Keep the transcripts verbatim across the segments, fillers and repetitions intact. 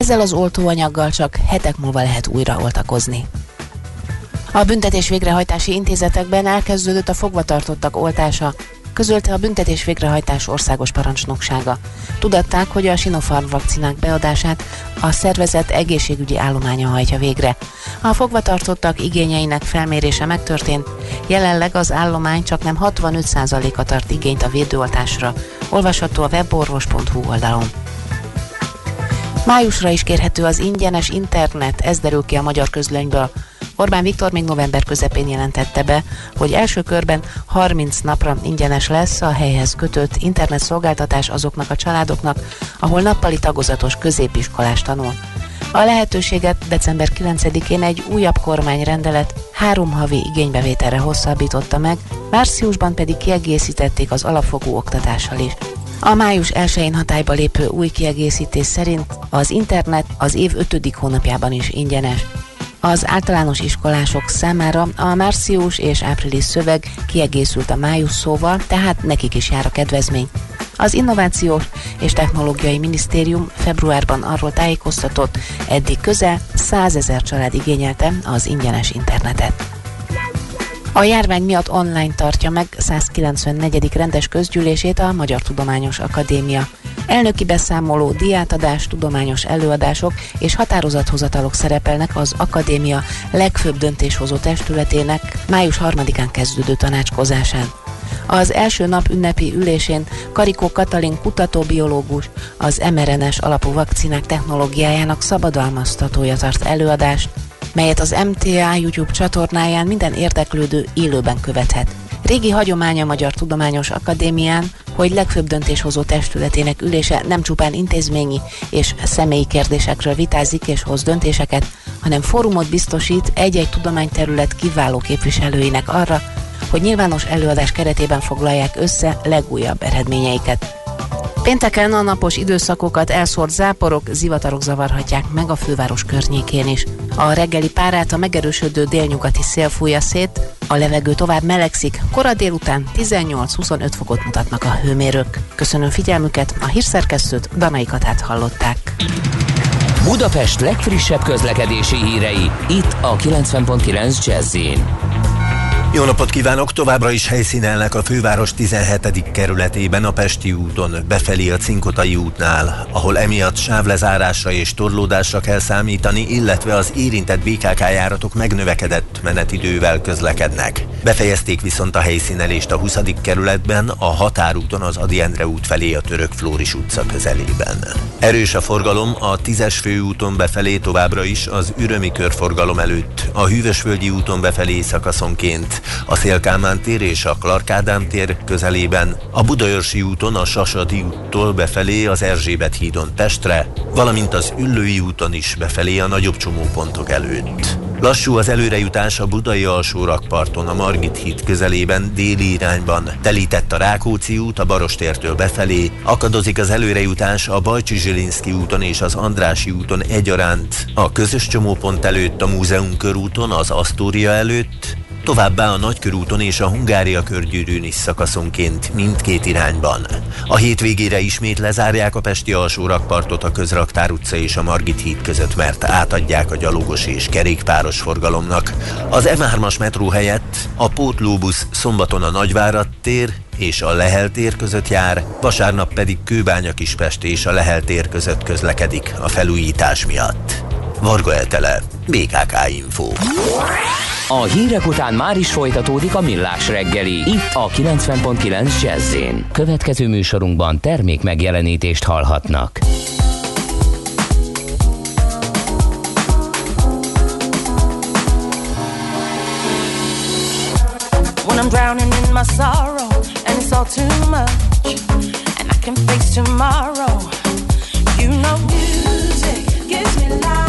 Ezzel az oltóanyaggal csak hetek múlva lehet újra oltakozni. A büntetés végrehajtási intézetekben elkezdődött a fogvatartottak oltása, közölte a büntetés végrehajtás országos parancsnoksága. Tudatták, hogy a Sinopharm vakcinák beadását a szervezet egészségügyi állománya hajtja végre. A fogvatartottak igényeinek felmérése megtörtént, jelenleg az állomány csaknem hatvanöt százaléka tart igényt a védőoltásra, olvasható a weborvos pont hu oldalon. Májusra is kérhető az ingyenes internet, ez derül ki a Magyar Közlönyből. Orbán Viktor még november közepén jelentette be, hogy első körben harminc napra ingyenes lesz a helyhez kötött internetszolgáltatás azoknak a családoknak, ahol nappali tagozatos középiskolás tanul. A lehetőséget december kilencedikén egy újabb kormányrendelet három havi igénybevételre hosszabbította meg, márciusban pedig kiegészítették az alapfokú oktatással is. A május elsején hatályba lépő új kiegészítés szerint az internet az év ötödik hónapjában is ingyenes. Az általános iskolások számára a március és április szöveg kiegészült a május szóval, tehát nekik is jár a kedvezmény. Az Innovációs és Technológiai Minisztérium februárban arról tájékoztatott, eddig közel százezer család igényelte az ingyenes internetet. A járvány miatt online tartja meg százkilencvennegyedik rendes közgyűlését a Magyar Tudományos Akadémia. Elnöki beszámoló, diátadás, tudományos előadások és határozathozatalok szerepelnek az akadémia legfőbb döntéshozó testületének május harmadikán kezdődő tanácskozásán. Az első nap ünnepi ülésén Karikó Katalin kutatóbiológus, az em er en es alapú vakcinák technológiájának szabadalmaztatója tart előadást, melyet az em té á YouTube csatornáján minden érdeklődő élőben követhet. Régi hagyománya a Magyar Tudományos Akadémián, hogy legfőbb döntéshozó testületének ülése nem csupán intézményi és személyi kérdésekről vitázik és hoz döntéseket, hanem fórumot biztosít egy-egy tudományterület kiváló képviselőinek arra, hogy nyilvános előadás keretében foglalják össze legújabb eredményeiket. Pénteken a napos időszakokat elszórt záporok, zivatarok zavarhatják meg a főváros környékén is. A reggeli párát a megerősödő délnyugati szél fújja szét, a levegő tovább melegszik, kora délután tizennyolc-huszonöt fokot mutatnak a hőmérők. Köszönöm figyelmüket, a hírszerkesztőt, Danai Katát hallották. Budapest legfrissebb közlekedési hírei, itt a kilencven pont kilenc Jazz-in. Jó napot kívánok! Továbbra is helyszínelnek a főváros tizenhetedik kerületében a Pesti úton befelé a Cinkotai útnál, ahol emiatt sávlezárásra és torlódásra kell számítani, illetve az érintett bé ká ká járatok megnövekedett menetidővel közlekednek. Befejezték viszont a helyszínelést a huszadik kerületben, a Határúton az Ady Endre út felé a Török Flóris utca közelében. Erős a forgalom a tízes főúton befelé továbbra is az Ürömi körforgalom előtt, a Hűvösvölgyi úton befelé szakaszonként, a Széll-Kálmán tér és a Clark Ádám tér közelében, a Budaörsi úton a Sasadi úttól befelé az Erzsébet hídon Pestre, valamint az Üllői úton is befelé a nagyobb csomópontok előtt. Lassú az előrejutás a budai alsórakparton, a Margit híd közelében, déli irányban. Telített a Rákóczi út a Barostértől befelé, akadozik az előrejutás a Bajcsy-Zsilinszky úton és az Andrássy úton egyaránt, a közös csomópont előtt a Múzeum körúton, az Asztória előtt, továbbá a Nagykörúton és a Hungária körgyűrűn is szakaszonként mindkét irányban. A hétvégére ismét lezárják a pesti alsórakpartot a Közraktár utca és a Margit híd között, mert átadják a gyalogos és kerékpáros forgalomnak. Az em hármas metró helyett a pótlóbusz szombaton a Nagyvárad tér és a Lehel tér között jár, vasárnap pedig Kőbánya-Kispest és a Lehel tér között közlekedik a felújítás miatt. Varga Etele, bé ká ká Info. A hírek után már is folytatódik a Millás reggeli, itt a kilencven pont kilenc Jazz-én. Következő műsorunkban termék megjelenítést hallhatnak. When I'm drowning in my sorrow and it's all too much and I can face tomorrow, you know music gives me life.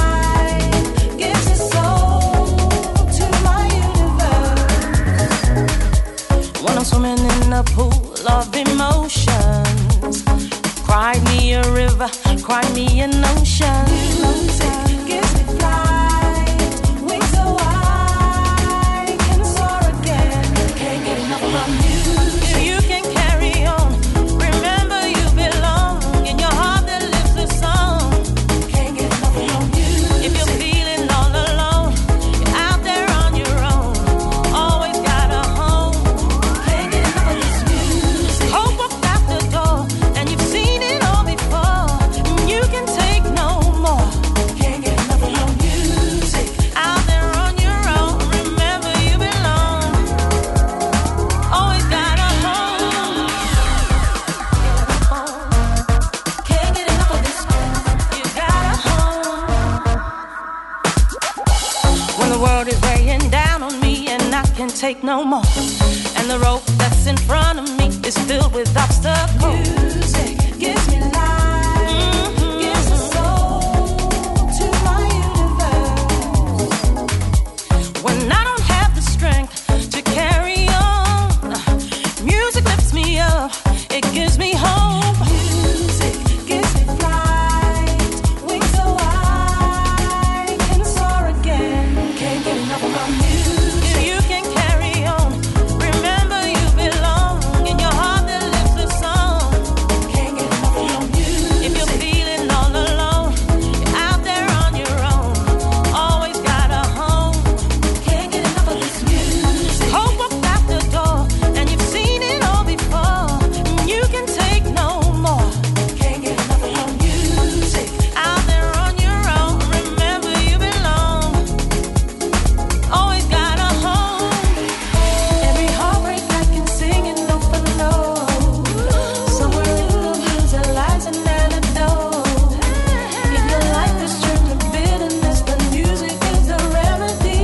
I'm swimming in a pool of emotions. Cry me a river, cry me an ocean. Music gives me flight, wings so I can soar again. Can't get enough of my music. You can carry on. Remember you belong in your heart that lives a song. Can't get enough of take no more. And the road that's in front of me is filled with obstacles. Music gives me life, mm-hmm. gives a soul to my universe. When I don't have the strength to carry on, music lifts me up, it gives me hope. Music gives me flight, wings so I can soar again. Can't get enough of my music. If you can carry on, remember you belong. In your heart there lives a song. Can't get enough of your music. If you're feeling all alone, you're out there on your own, always got a home. Can't get enough of this music. Hope walked out the door, and you've seen it all before. You can take no more. Can't get enough of your music. Out there on your own, remember you belong. Always got a home. Every heartbreak I can sing and note for note. Somewhere in the blues there lies an antidote. If your life is turned to bitterness, then music is the remedy.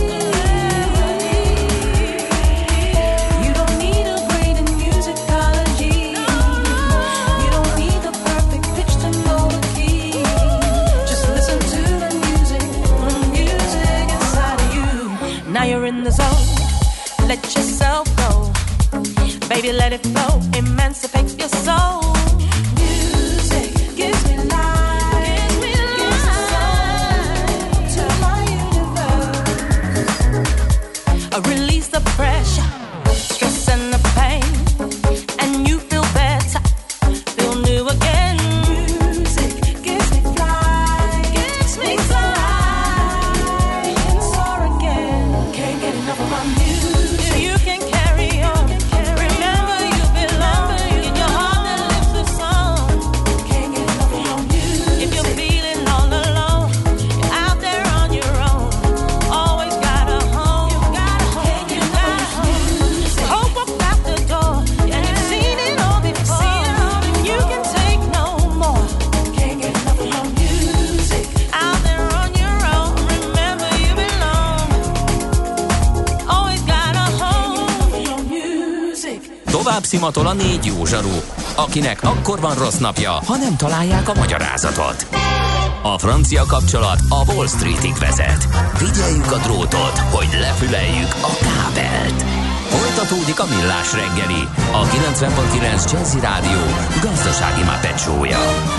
You don't need a grade in musicology. You don't need the perfect pitch to know the key. Just listen to the music, the music inside of you. Now you're in the zone. Let yourself go. Baby, let it flow. Emancipate your soul. Music gives me life. Gives me life. To my universe. I release the pressure, stress and the pain, and you feel better, feel new again. Music gives me flight, gives me flight, and soar again. Can't get enough of my music. You can carry on. Remember you belong. In your heart there lives a song. Can't get enough of your music. If you're feeling all alone, you're out there on your own, always got a home. You got a home. You got a home. Hope walked out the door, and you've seen it all before. You can take no more. Can't get enough of your music. Out there on your own, remember you belong. Always got a home. Your music. Tovább szimatol a négy jó zsaru, akinek akkor van rossz napja, ha nem találják a magyarázatot. A francia kapcsolat a Wall Streetig vezet. Figyeljük a drótot, hogy lefüleljük a kábelt. Folytatódik a Millás reggeli, a kilencven pont kilenc Jazzy Rádió gazdasági Muppet show-ja.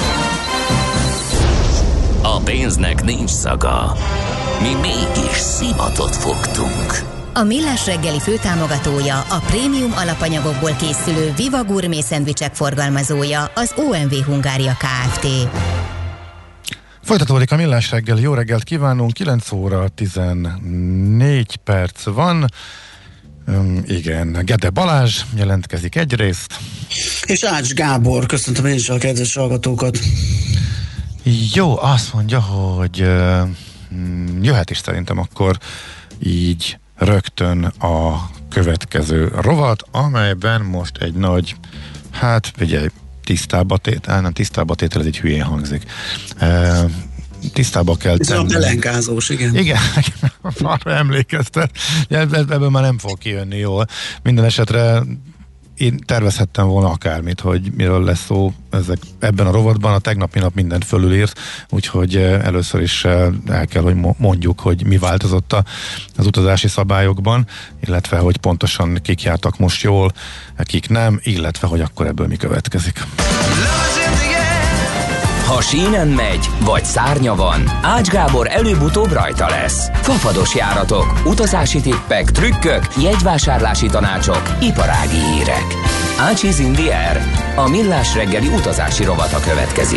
A pénznek nincs szaga. Mi mégis szimatot fogtunk. A Millás reggeli főtámogatója, a prémium alapanyagokból készülő Viva Gourmet szendvicsek forgalmazója, az o em vé Hungária Kft. Folytatódik a Millás reggel, jó reggelt kívánunk, kilenc óra tizennégy perc van. Um, igen, Gede Balázs jelentkezik egyrészt. És Ács Gábor, köszöntöm én is a kedves hallgatókat. Jó, azt mondja, hogy uh, jöhet is szerintem akkor így rögtön a következő rovat, amelyben most egy nagy, hát figyelj, tisztába tétel, nem tisztába tétel, ez egy hülyén hangzik. E, tisztába kell tenni. Ez a belenkázós, igen. Igen, arra emlékeztet. Ebből már nem fog kijönni jól. Minden esetre én tervezhettem volna akármit, hogy miről lesz szó ezek, ebben a rovatban. A tegnapi nap mindent fölülírt, úgyhogy először is el kell, hogy mondjuk, hogy mi változott az utazási szabályokban, illetve hogy pontosan kik jártak most jól, kik nem, illetve hogy akkor ebből mi következik. Ha sínen megy, vagy szárnya van, Ács Gábor előbb-utóbb rajta lesz. Fafados járatok, utazási tippek, trükkök, jegyvásárlási tanácsok, iparági hírek. Ácsiz in the air. A Millás reggeli utazási rovata következik.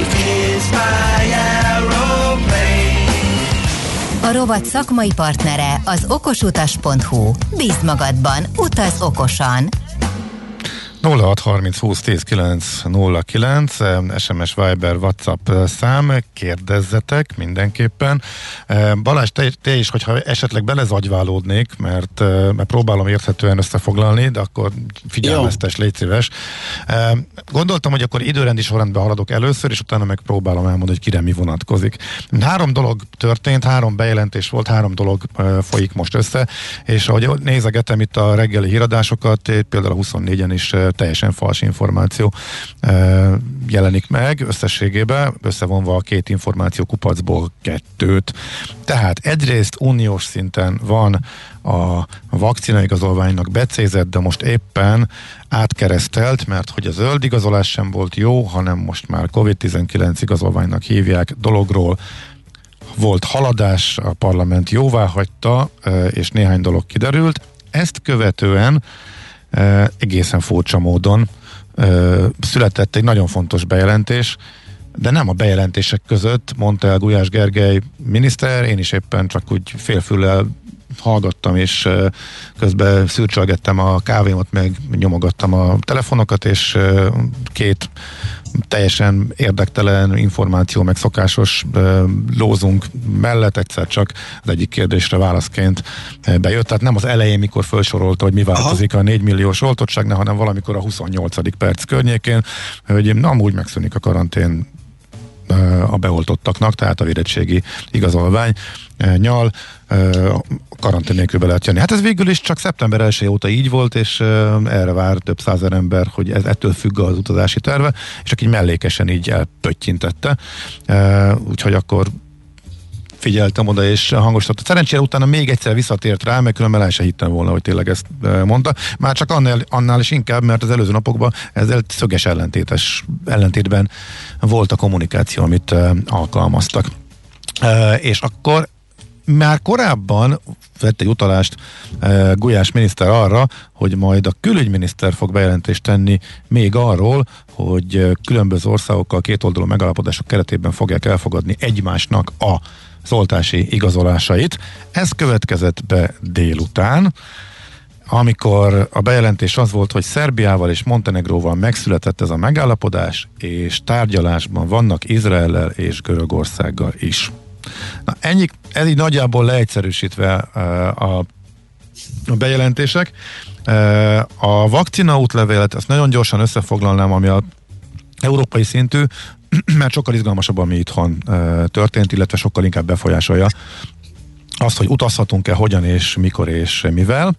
A rovat szakmai partnere az okosutas pont hu. Bízd magadban, utaz okosan! nulla hat harminc húsz tíz kilenc nulla kilenc es em es, Viber, WhatsApp szám, kérdezzetek mindenképpen. Balázs, te, te is, hogyha esetleg belezagyválódnék, mert, mert próbálom érthetően összefoglalni, de akkor figyelmeztes, légy szíves. Gondoltam, hogy akkor időrendi sorrendben haladok először, és utána meg próbálom elmondani, hogy kire mi vonatkozik. Három dolog történt, három bejelentés volt, három dolog folyik most össze, és ahogy nézegetem itt a reggeli híradásokat, például a huszonnégyen is teljesen fals információ jelenik meg összességében, összevonva a két információ kupacból kettőt. Tehát egyrészt uniós szinten van a vakcinaigazolványnak becézett, de most éppen átkeresztelt, mert hogy a zöld igazolás sem volt jó, hanem most már kovid tizenkilenc igazolványnak hívják dologról. Volt haladás, a parlament jóvá hagyta, és néhány dolog kiderült. Ezt követően egészen furcsa módon született egy nagyon fontos bejelentés, de nem a bejelentések között, mondta el Gulyás Gergely miniszter, én is éppen csak úgy félfüllel hallgattam, és közben szürcsölgettem a kávémat, meg nyomogattam a telefonokat, és két teljesen érdektelen információ, meg szokásos lózunk mellett egyszer csak az egyik kérdésre válaszként bejött. Tehát nem az elején, mikor felsorolta, hogy mi változik a négy milliós oltottságnál, hanem valamikor a huszonnyolcadik perc környékén, hogy na, amúgy megszűnik a karantén a beoltottaknak, tehát a védettségi igazolvány nyal karantén nélkül be lehet jönni. Hát ez végül is csak szeptember elseje óta így volt, és erre vár több százer ember, hogy ez ettől függ az utazási terve, és csak így mellékesen így elpöttyintette. Úgyhogy akkor figyeltem oda, és hangosított. Szerencsére utána még egyszer visszatért rá, mert különben el se hittem volna, hogy tényleg ezt mondta. Már csak annál, annál is inkább, mert az előző napokban ezzel szöges ellentétes ellentétben volt a kommunikáció, amit alkalmaztak. És akkor már korábban vett egy utalást uh, Gulyás miniszter arra, hogy majd a külügyminiszter fog bejelentést tenni még arról, hogy uh, különböző országokkal kétoldalú megállapodások keretében fogják elfogadni egymásnak a oltási igazolásait. Ez következett be délután, amikor a bejelentés az volt, hogy Szerbiával és Montenegróval megszületett ez a megállapodás, és tárgyalásban vannak Izraellel és Görögországgal is. Na, ennyi, ez így nagyjából leegyszerűsítve a, a bejelentések. A vakcina útlevélet, ezt nagyon gyorsan összefoglalnám, ami a európai szintű, mert sokkal izgalmasabb, ami itthon történt, illetve sokkal inkább befolyásolja azt, hogy utazhatunk-e, hogyan és mikor és mivel.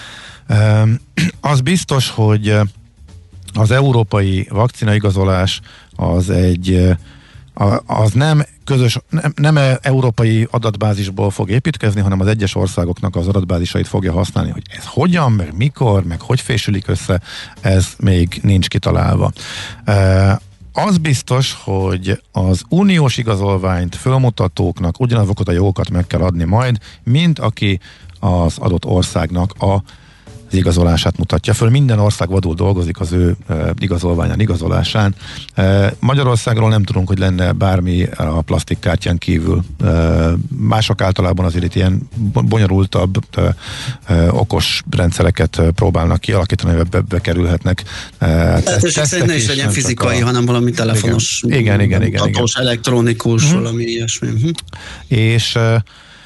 Az biztos, hogy az európai vakcinaigazolás az egy az nem közös, nem, nem európai adatbázisból fog építkezni, hanem az egyes országoknak az adatbázisait fogja használni, hogy ez hogyan, meg mikor, meg hogy fésülik össze, ez még nincs kitalálva. Az biztos, hogy az uniós igazolványt fölmutatóknak ugyanazokat a jogokat meg kell adni majd, mint aki az adott országnak a az igazolását mutatja föl. Minden ország vadul dolgozik az ő e, igazolványán, igazolásán. E, Magyarországról nem tudunk, hogy lenne bármi a plastikkártyán kívül. E, mások általában azért itt ilyen bonyolultabb, e, e, okos rendszereket próbálnak kialakítani, hogy be, bekerülhetnek. E, Tehát ez ne is legyen fizikai, a... hanem valami telefonos, igen, igen, igen, igen, igen. elektronikus, uh-huh. valami ilyesmi. Uh-huh. És e,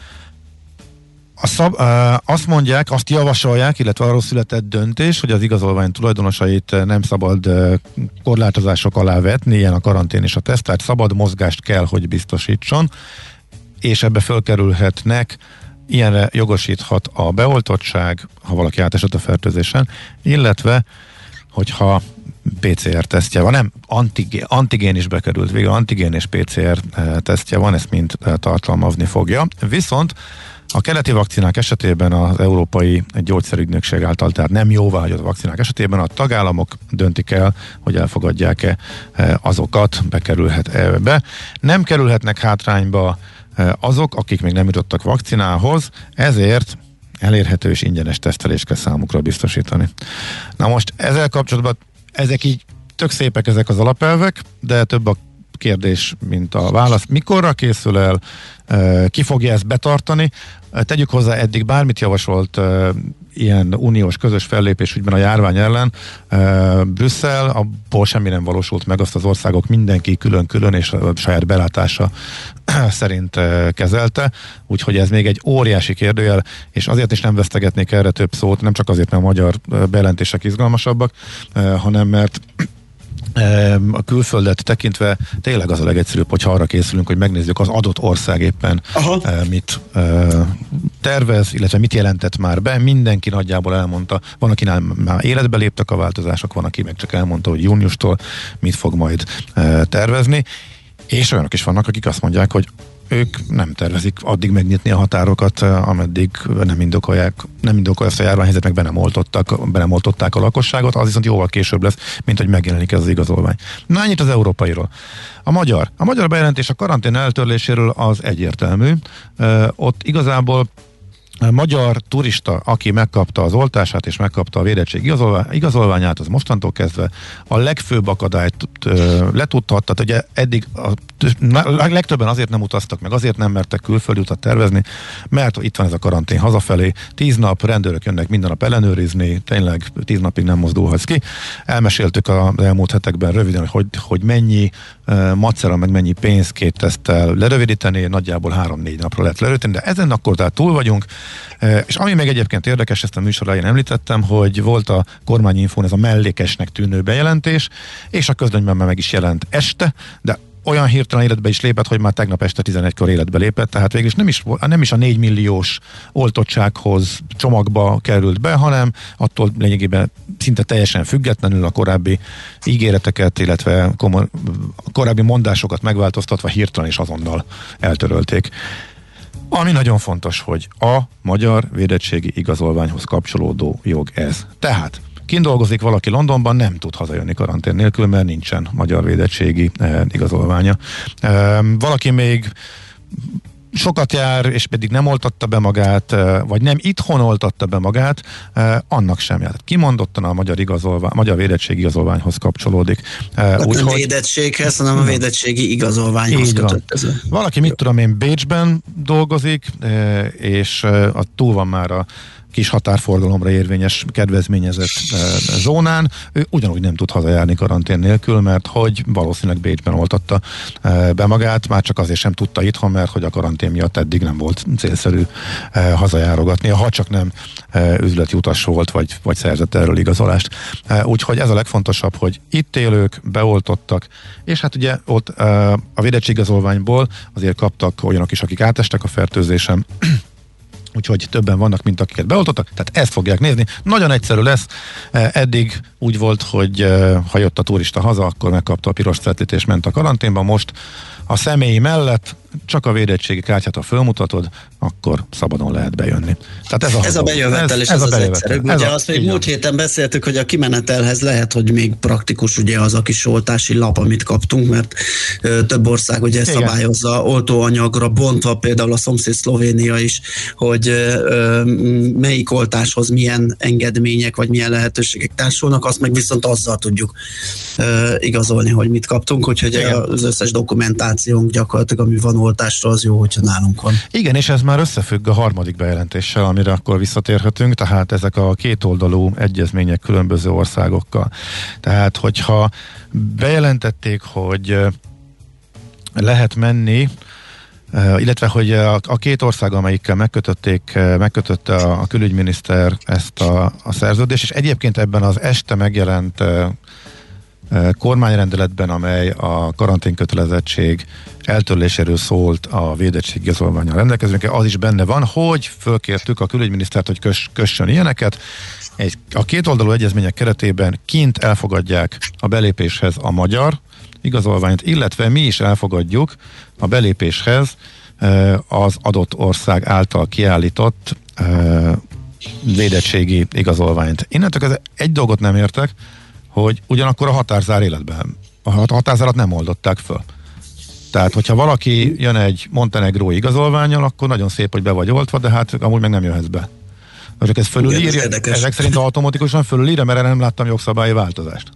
A szab, azt mondják, azt javasolják, illetve arról született döntés, hogy az igazolvány tulajdonosait nem szabad korlátozások alá vetni, ilyen a karantén és a teszt, tehát szabad mozgást kell, hogy biztosítson, és ebbe fölkerülhetnek, ilyenre jogosíthat a beoltottság, ha valaki átesett a fertőzésen, illetve, hogyha pé cé er tesztje van, nem, antigén, antigén is bekerült, végül antigén és pé cé er tesztje van, ezt mind tartalmazni fogja. Viszont a keleti vakcinák esetében az Európai Gyógyszerügynökség által, tehát nem jóváhagyott vakcinák esetében a tagállamok döntik el, hogy elfogadják-e azokat, bekerülhet be. Nem kerülhetnek hátrányba azok, akik még nem jutottak vakcinához, ezért elérhető és ingyenes tesztelést kell számukra biztosítani. Na most ezzel kapcsolatban ezek így tök szépek ezek az alapelvek, de több a kérdés, mint a válasz. Mikorra készül el, ki fogja ezt betartani? Tegyük hozzá, eddig bármit javasolt ilyen uniós közös fellépés ügyben a járvány ellen. Uh, Brüsszel, abból semmi nem valósult meg, azt az országok mindenki külön-külön és a saját belátása szerint uh, kezelte, úgyhogy ez még egy óriási kérdőjel, és azért is nem vesztegetnék erre több szót, nem csak azért, mert a magyar uh, bejelentések izgalmasabbak, uh, hanem mert a külföldet tekintve tényleg az a legegyszerűbb, hogyha arra készülünk, hogy megnézzük az adott ország éppen Aha. mit tervez, illetve mit jelentett már be. Mindenki nagyjából elmondta, van, akinál már életbe léptek a változások, van, aki meg csak elmondta, hogy júniustól mit fog majd tervezni, és olyanok is vannak, akik azt mondják, hogy ők nem tervezik addig megnyitni a határokat, ameddig nem indokolják, nem indokolja ezt a járványhelyzet, meg be nem oltottak, be nem oltották a lakosságot, az viszont jóval később lesz, mint hogy megjelenik ez az igazolvány. Na, ennyit az európairól. A magyar. A magyar bejelentés a karantén eltörléséről az egyértelmű. Uh, ott igazából a magyar turista, aki megkapta az oltását és megkapta a védettség igazolványát, az mostantól kezdve a legfőbb akadályt letudhatta. Ugye eddig a, a legtöbben azért nem utaztak meg, azért nem mertek külföldi utat tervezni, mert itt van ez a karantén hazafelé. Tíz nap rendőrök jönnek minden nap ellenőrizni, tényleg tíz napig nem mozdulhatsz ki. Elmeséltük az elmúlt hetekben röviden, hogy, hogy mennyi uh, macera, meg mennyi pénz két teszttel lerövidíteni, nagyjából három-négy napra lehet lerövidíteni, de ezen akkor tehát túl vagyunk. És ami még egyébként érdekes, ezt a műsor elején említettem, hogy volt a kormányinfón ez a mellékesnek tűnő bejelentés, és a közlönyben már meg is jelent este, de olyan hirtelen életbe is lépett, hogy már tegnap este tizenegykor életbe lépett, tehát végülis nem is, nem is a négy milliós oltottsághoz csomagba került be, hanem attól lényegében szinte teljesen függetlenül a korábbi ígéreteket, illetve komoly, korábbi mondásokat megváltoztatva hirtelen és azonnal eltörölték. Ami nagyon fontos, hogy a magyar védettségi igazolványhoz kapcsolódó jog ez. Tehát kint dolgozik valaki Londonban, nem tud hazajönni karantén nélkül, mert nincsen magyar védettségi eh, igazolványa. Eh, valaki még sokat jár, és pedig nem oltatta be magát, vagy nem itthon oltatta be magát, annak sem jár. Kimondottan a magyar, igazolvány, magyar védettségi igazolványhoz kapcsolódik. Hát úgy, nem hogy... védettséghez, hanem a védettségi igazolványhoz kötött ez. Valaki, mit tudom én, Bécsben dolgozik, és a túl van már a kis határforgalomra érvényes kedvezményezett e, zónán, ő ugyanúgy nem tud hazajárni karantén nélkül, mert hogy valószínűleg Bécsben oltatta e, be magát, már csak azért sem tudta itthon, mert hogy a karantén miatt eddig nem volt célszerű e, hazajárogatni, ha csak nem e, üzleti utas volt, vagy, vagy szerzett erről igazolást. E, úgyhogy ez a legfontosabb, hogy itt élők beoltottak, és hát ugye ott e, a védettségigazolványból azért kaptak olyanok is, akik átestek a fertőzésen, úgyhogy többen vannak, mint akiket beoltottak, tehát ezt fogják nézni. Nagyon egyszerű lesz. Eddig úgy volt, hogy ha jött a turista haza, akkor megkapta a piros cetlit és ment a karanténba. Most a személyi mellett csak a védettségi kártyát, ha fölmutatod, akkor szabadon lehet bejönni. Tehát ez a, ez a bejövetel, és ez, ez az, az egyszerű. Ugye azt még múlt héten beszéltük, hogy a kimenetelhez lehet, hogy még praktikus ugye az a kis oltási lap, amit kaptunk, mert ö, több ország ugye igen. szabályozza oltóanyagra bontva, például a szomszéd Szlovénia is, hogy ö, melyik oltáshoz milyen engedmények, vagy milyen lehetőségek társulnak, azt meg viszont azzal tudjuk ö, igazolni, hogy mit kaptunk, úgyhogy igen. az összes dokumentációnk gyakorlatilag, ami van oltásra, az jó, hogyha nálunk van. Igen, és ez már összefügg a harmadik bejelentéssel, amire akkor visszatérhetünk, tehát ezek a kétoldalú egyezmények különböző országokkal. Tehát, hogyha bejelentették, hogy lehet menni, illetve, hogy a, a két ország, amelyikkel megkötötték, megkötötte a, a külügyminiszter ezt a, a szerződést, és egyébként ebben az este megjelent kormányrendeletben, amely a karanténkötelezettség eltörléséről szólt a védettségigazolvánnyal rendelkezőnek, az is benne van, hogy fölkértük a külügyminisztert, hogy kös, kössön ilyeneket. Egy, a kétoldalú egyezmények keretében kint elfogadják a belépéshez a magyar igazolványt, illetve mi is elfogadjuk a belépéshez az adott ország által kiállított védettségi igazolványt. Innentől kezdve egy dolgot nem értek, hogy ugyanakkor a határzár életben, a határzárat nem oldották föl. Tehát, hogyha valaki jön egy montenegrói igazolvánnyal, akkor nagyon szép, hogy be vagy oltva, de hát amúgy meg nem jöhetsz be. Csak ez fölülírja, ezek szerint automatikusan fölülírja, mert nem láttam jogszabályi változást.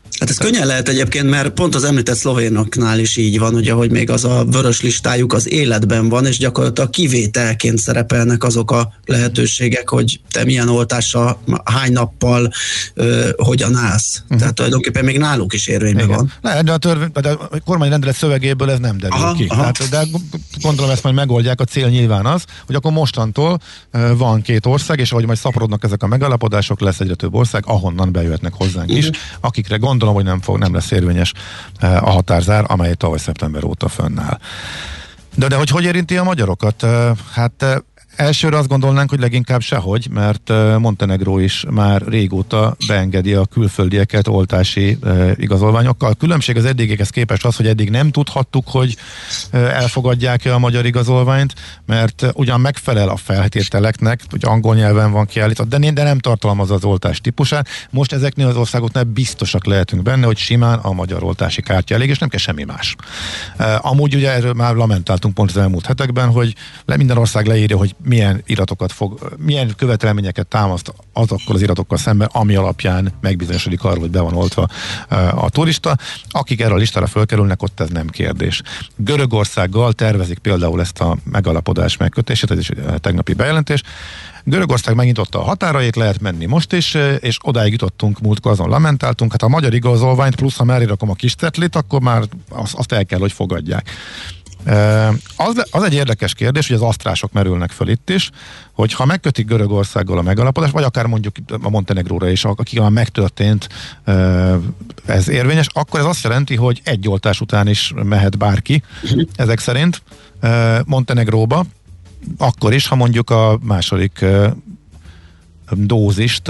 Hát ez könnyen lehet egyébként, mert pont az említett szlovénoknál is így van, ugye, hogy még az a vörös listájuk az életben van, és gyakorlatilag kivételként szerepelnek azok a lehetőségek, hogy te milyen oltással, hány nappal, ö, hogyan állsz. Uh-huh. Tehát tulajdonképpen még náluk is érvényben igen. van. Lehet, de a, törvény, de a kormányrendelet szövegéből ez nem derül aha, ki. Aha. Tehát, de gondolom ezt majd megoldják, a cél nyilván az, hogy akkor mostantól uh, van két ország, és ahogy majd szaporodnak ezek a megállapodások, lesz egyre több ország, ahonnan bejöhetnek hozzánk uh-huh. is, akikre gondolom, hogy nem, fog, nem lesz érvényes a határzár, amely tavaly szeptember óta fönnáll. De, de hogy hogy érinti a magyarokat? Hát elsőre azt gondolnánk, hogy leginkább sehogy, mert Montenegró is már régóta beengedi a külföldieket oltási e, igazolványokkal. A különbség az eddigekhez képest az, hogy eddig nem tudhattuk, hogy e, elfogadják-e a magyar igazolványt, mert ugyan megfelel a feltételeknek, hogy angol nyelven van kiállítva, de, de nem tartalmaz az oltás típusát. Most ezeknél az országoknál biztosak lehetünk benne, hogy simán a magyar oltási kártya elég, és nem kell semmi más. E, amúgy ugye erről már lamentáltunk pont az elmúlt hetekben, hogy le, minden ország leírja, hogy milyen iratokat fog, milyen követelményeket támaszt azokkal az iratokkal szemben, ami alapján megbizonyosodik arra, hogy be van oltva a turista. Akik erre a listára fölkerülnek, ott ez nem kérdés. Görögországgal tervezik például ezt a megalapodás megkötését, ez is tegnapi bejelentés. Görögország megnyitotta a határait, lehet menni most is, és odáig jutottunk, múltkor azon lamentáltunk, hát a magyar igazolványt plusz ha mellé rakom a kis tetlit, akkor már azt, azt el kell, hogy fogadják. Az, az egy érdekes kérdés, hogy az asztrások merülnek föl itt is, hogy ha megkötik Görögországgal a megalapodást, vagy akár mondjuk a Montenegróra is, akik már megtörtént ez érvényes, akkor ez azt jelenti, hogy egy oltás után is mehet bárki, ezek szerint Montenegróba, akkor is, ha mondjuk a második dózist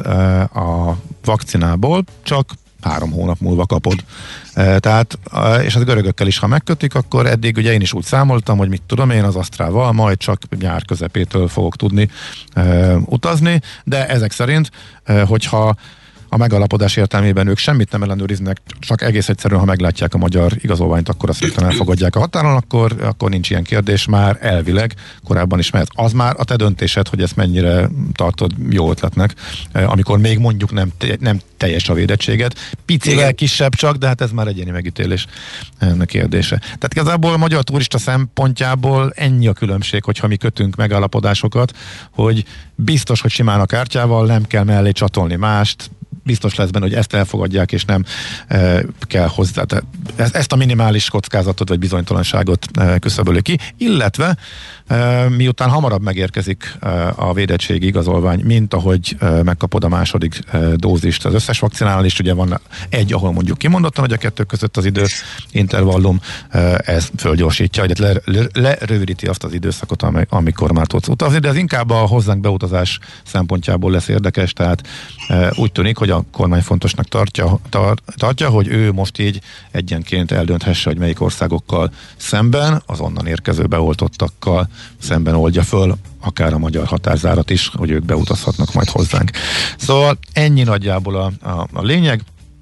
a vakcinából csak három hónap múlva kapod. E, tehát, és az görögökkel is, ha megkötik, akkor eddig ugye én is úgy számoltam, hogy mit tudom én az Asztrával, majd csak nyár közepétől fogok tudni e, utazni, de ezek szerint, e, hogyha a megalapodás értelmében ők semmit nem ellenőriznek, csak egész egyszerűen, ha meglátják a magyar igazolványt, akkor azt rögtön elfogadják a határon, akkor, akkor nincs ilyen kérdés, már elvileg korábban is mehet. Az már a te döntésed, hogy ezt mennyire tartod jó ötletnek, amikor még mondjuk nem, nem teljes a védettséget. Picivel kisebb csak, de hát ez már egyéni megítélés ennek kérdése. Tehát igazából a magyar turista szempontjából ennyi a különbség, hogyha mi kötünk megállapodásokat, hogy biztos, hogy simán a kártyával nem kell mellé csatolni mást, biztos lesz benne, hogy ezt elfogadják, és nem e, kell hozzá. Ezt a minimális kockázatot vagy bizonytalanságot e, küszöböli ki, illetve e, miután hamarabb megérkezik e, a védettségi igazolvány, mint ahogy e, megkapod a második e, dózist. Az összes vakcinálnál is ugye van egy, ahol mondjuk kimondottan, hogy a kettő között az idő intervallum, e, ez fölgyorsítja, hogy le, le, lerövidíti azt az időszakot, amikor már tudsz utazni, de ez inkább a hozzánk beutazás szempontjából lesz érdekes, tehát e, úgy tűnik, hogy a kormány fontosnak tartja, tar, tartja, hogy ő most így egyenként eldönthesse, hogy melyik országokkal szemben, az onnan érkező beoltottakkal szemben oldja föl, akár a magyar határzárat is, hogy ők beutazhatnak majd hozzánk. Szóval ennyi nagyjából a, a, a lényeg,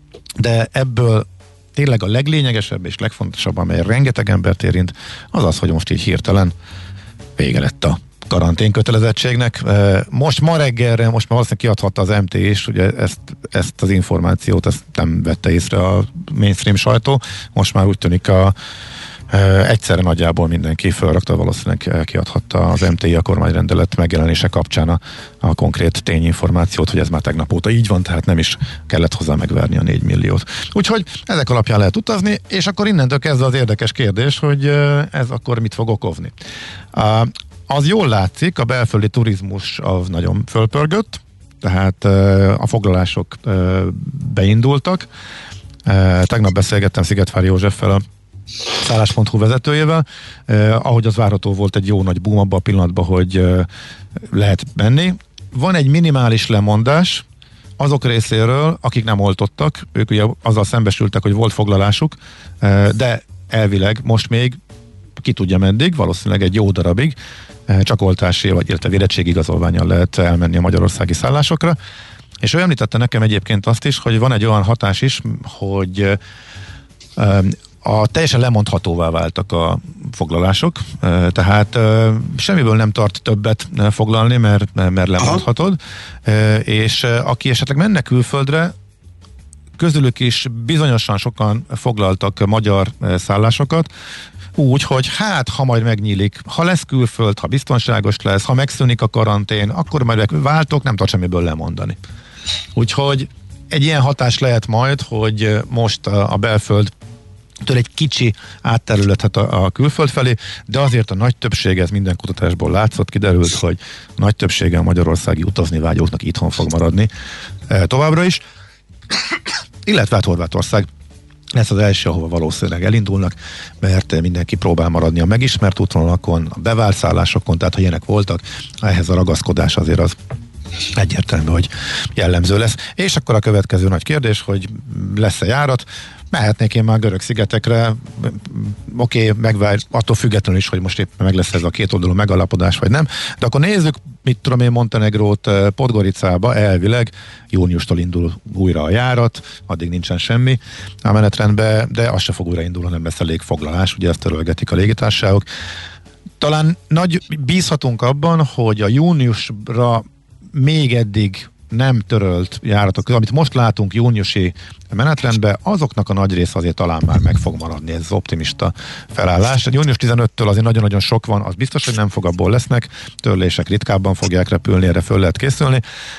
de ebből tényleg a leglényegesebb és legfontosabb, amely rengeteg embert érint, az az, hogy most így hirtelen vége lett a karantén kötelezettségnek. Most ma reggelre, most már valószínűleg kiadhatta az em té is, ugye ezt, ezt az információt, ezt nem vette észre a mainstream sajtó, most már úgy tűnik a egyszerre nagyjából mindenki felrakta, valószínűleg kiadhatta az em té i a kormányrendelet megjelenése kapcsán a, a konkrét tényinformációt, hogy ez már tegnap óta így van, tehát nem is kellett hozzá megverni a négy milliót. Úgyhogy ezek alapján lehet utazni, és akkor innentől kezdve az érdekes kérdés, hogy ez akkor mit fog okozni. Az jól látszik, a belföldi turizmus az nagyon fölpörgött, tehát a foglalások beindultak. Tegnap beszélgettem Szigetvári Józseffel, a szállás pont hu vezetőjével, ahogy az várható volt, egy jó nagy boom abban a pillanatban, hogy lehet menni. Van egy minimális lemondás azok részéről, akik nem oltottak, ők ugye azzal szembesültek, hogy volt foglalásuk, de elvileg most még ki tudja meddig, valószínűleg egy jó darabig, csak oltási, vagy illetve védettségigazolvánnyal lehet elmenni a magyarországi szállásokra. És ő említette nekem egyébként azt is, hogy van egy olyan hatás is, hogy a teljesen lemondhatóvá váltak a foglalások, tehát semmiből nem tart többet foglalni, mert, mert lemondhatod, és aki esetleg menne külföldre, közülük is bizonyosan sokan foglaltak magyar szállásokat, úgy, hogy hát, ha majd megnyílik, ha lesz külföld, ha biztonságos lesz, ha megszűnik a karantén, akkor majd váltok, nem tudok semmiből lemondani. Úgyhogy egy ilyen hatás lehet majd, hogy most a belföld től egy kicsi átterülethet a, a külföld felé, de azért a nagy többség, ez minden kutatásból látszott, kiderült, hogy a nagy többsége a magyarországi utazni vágyóknak itthon fog maradni e, továbbra is, illetve hát Horvátország lesz az első, ahova valószínűleg elindulnak, mert mindenki próbál maradni a megismert útvonalakon, a bevált szállásokon, tehát ha ilyenek voltak, ehhez a ragaszkodás azért az egyértelmű, hogy jellemző lesz. És akkor a következő nagy kérdés, hogy lesz-e járat? Mehetnék én már görög szigetekre, oké, okay, megvár, attól függetlenül is, hogy most éppen meg lesz ez a két oldalú megalapodás, vagy nem. De akkor nézzük, mit tudom én, Montenegrót, Podgoricába elvileg júniustól indul újra a járat, addig nincsen semmi a menetrendben, de az se fog újraindulni, nem lesz elég foglalás, ugye ezt törölgetik a légitársaságok. Talán nagy bízhatunk abban, hogy a júniusra még eddig nem törölt járatok, amit most látunk júniusi menetrendben, azoknak a nagy része azért talán már meg fog maradni, ez az optimista felállás. június tizenötödikétől azért nagyon-nagyon sok van, az biztos, hogy nem fog, abból lesznek, törlések ritkábban fogják repülni, erre föl lehet készülni,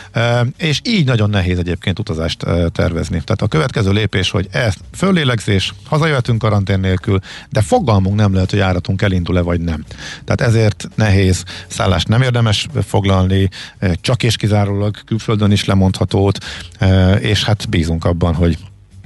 és így nagyon nehéz egyébként utazást tervezni. Tehát a következő lépés, hogy ez föllélegzés, hazajöhetünk karantén nélkül, de fogalmunk nem lehet, hogy járatunk elindul-e vagy nem. Tehát ezért nehéz, szállást nem érdemes foglalni, csak és kizárólag külföldön is lemondhatót, és hát bízunk abban, hogy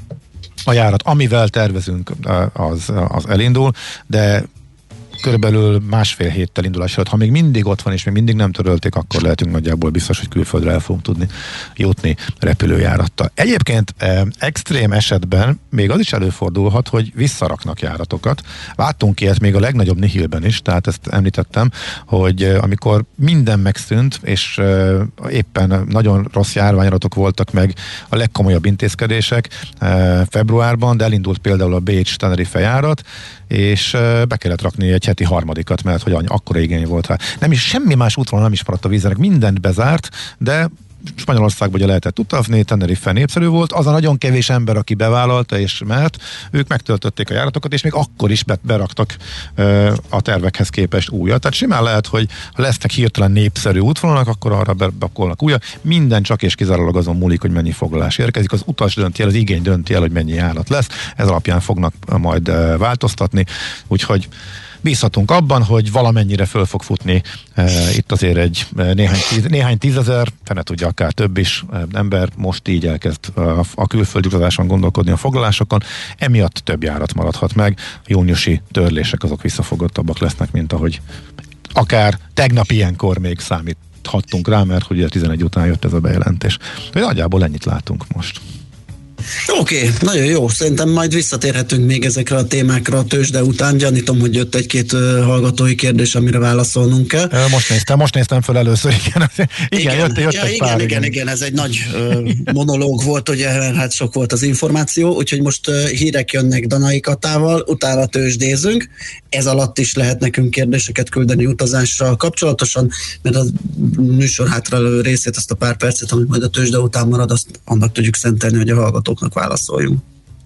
a járat, amivel tervezünk, az, az elindul, de körülbelül másfél héttel indulás előtt, ha még mindig ott van, és még mindig nem törölték, akkor lehetünk nagyjából biztos, hogy külföldre el fogunk tudni jutni repülőjárattal. Egyébként eh, extrém esetben még az is előfordulhat, hogy visszaraknak járatokat. Láttunk ilyet még a legnagyobb nihilben is, tehát ezt említettem, hogy eh, amikor minden megszűnt, és eh, éppen nagyon rossz járványadatok voltak meg a legkomolyabb intézkedések eh, februárban, de elindult például a Bécs-Tenerife járat, és eh, be kellett rakni egy heti harmadikat, mert hogy akkora igény volt rá. Nem is semmi más útvonal nem is maradt a vízerek, mindent bezárt, de Spanyolországban ugye lehetett utazni, Tenerife népszerű volt, az a nagyon kevés ember, aki bevállalta és mert, ők megtöltötték a járatokat, és még akkor is beraktak ö, a tervekhez képest újat. Tehát simán lehet, hogy ha lesznek hirtelen népszerű útvonalak, akkor arra bepakolnak újat. Minden csak és kizárólag azon múlik, hogy mennyi foglalás érkezik. Az utas dönti el, az igény dönti el, hogy mennyi járat lesz. Ez alapján fognak majd ö, változtatni. Úgyhogy bízhatunk abban, hogy valamennyire föl fog futni e, itt azért egy e, néhány, tíz, néhány tízezer, fene tudja, akár több is e, ember most így elkezd a, a külföldi utazáson gondolkodni a foglalásokon, emiatt több járat maradhat meg, a júniusi törlések azok visszafogottabbak lesznek, mint ahogy akár tegnap ilyenkor még számíthattunk rá, mert ugye tizenegy után jött ez a bejelentés. De nagyjából ennyit látunk most. Oké, okay, nagyon jó. Szerintem majd visszatérhetünk még ezekre a témákra a tőzsde után. Gyanítom, hogy jött egy-két uh, hallgatói kérdés, amire válaszolnunk kell. Most néztem, most néztem föl először. Igen, igen, igen jött, jött ja, egy igen, pár. Igen, igen, igen, ez egy nagy uh, monológ volt, ugye, hát sok volt az információ, úgyhogy most uh, hírek jönnek Danai Katával, utána tőzsdézünk. Ez alatt is lehet nekünk kérdéseket küldeni utazással kapcsolatosan, mert a műsor hátralévő részét, azt a pár percet, amit majd a tőzsde után marad, azt annak tudjuk szentelni, hogy a hallgatóknak válaszoljunk.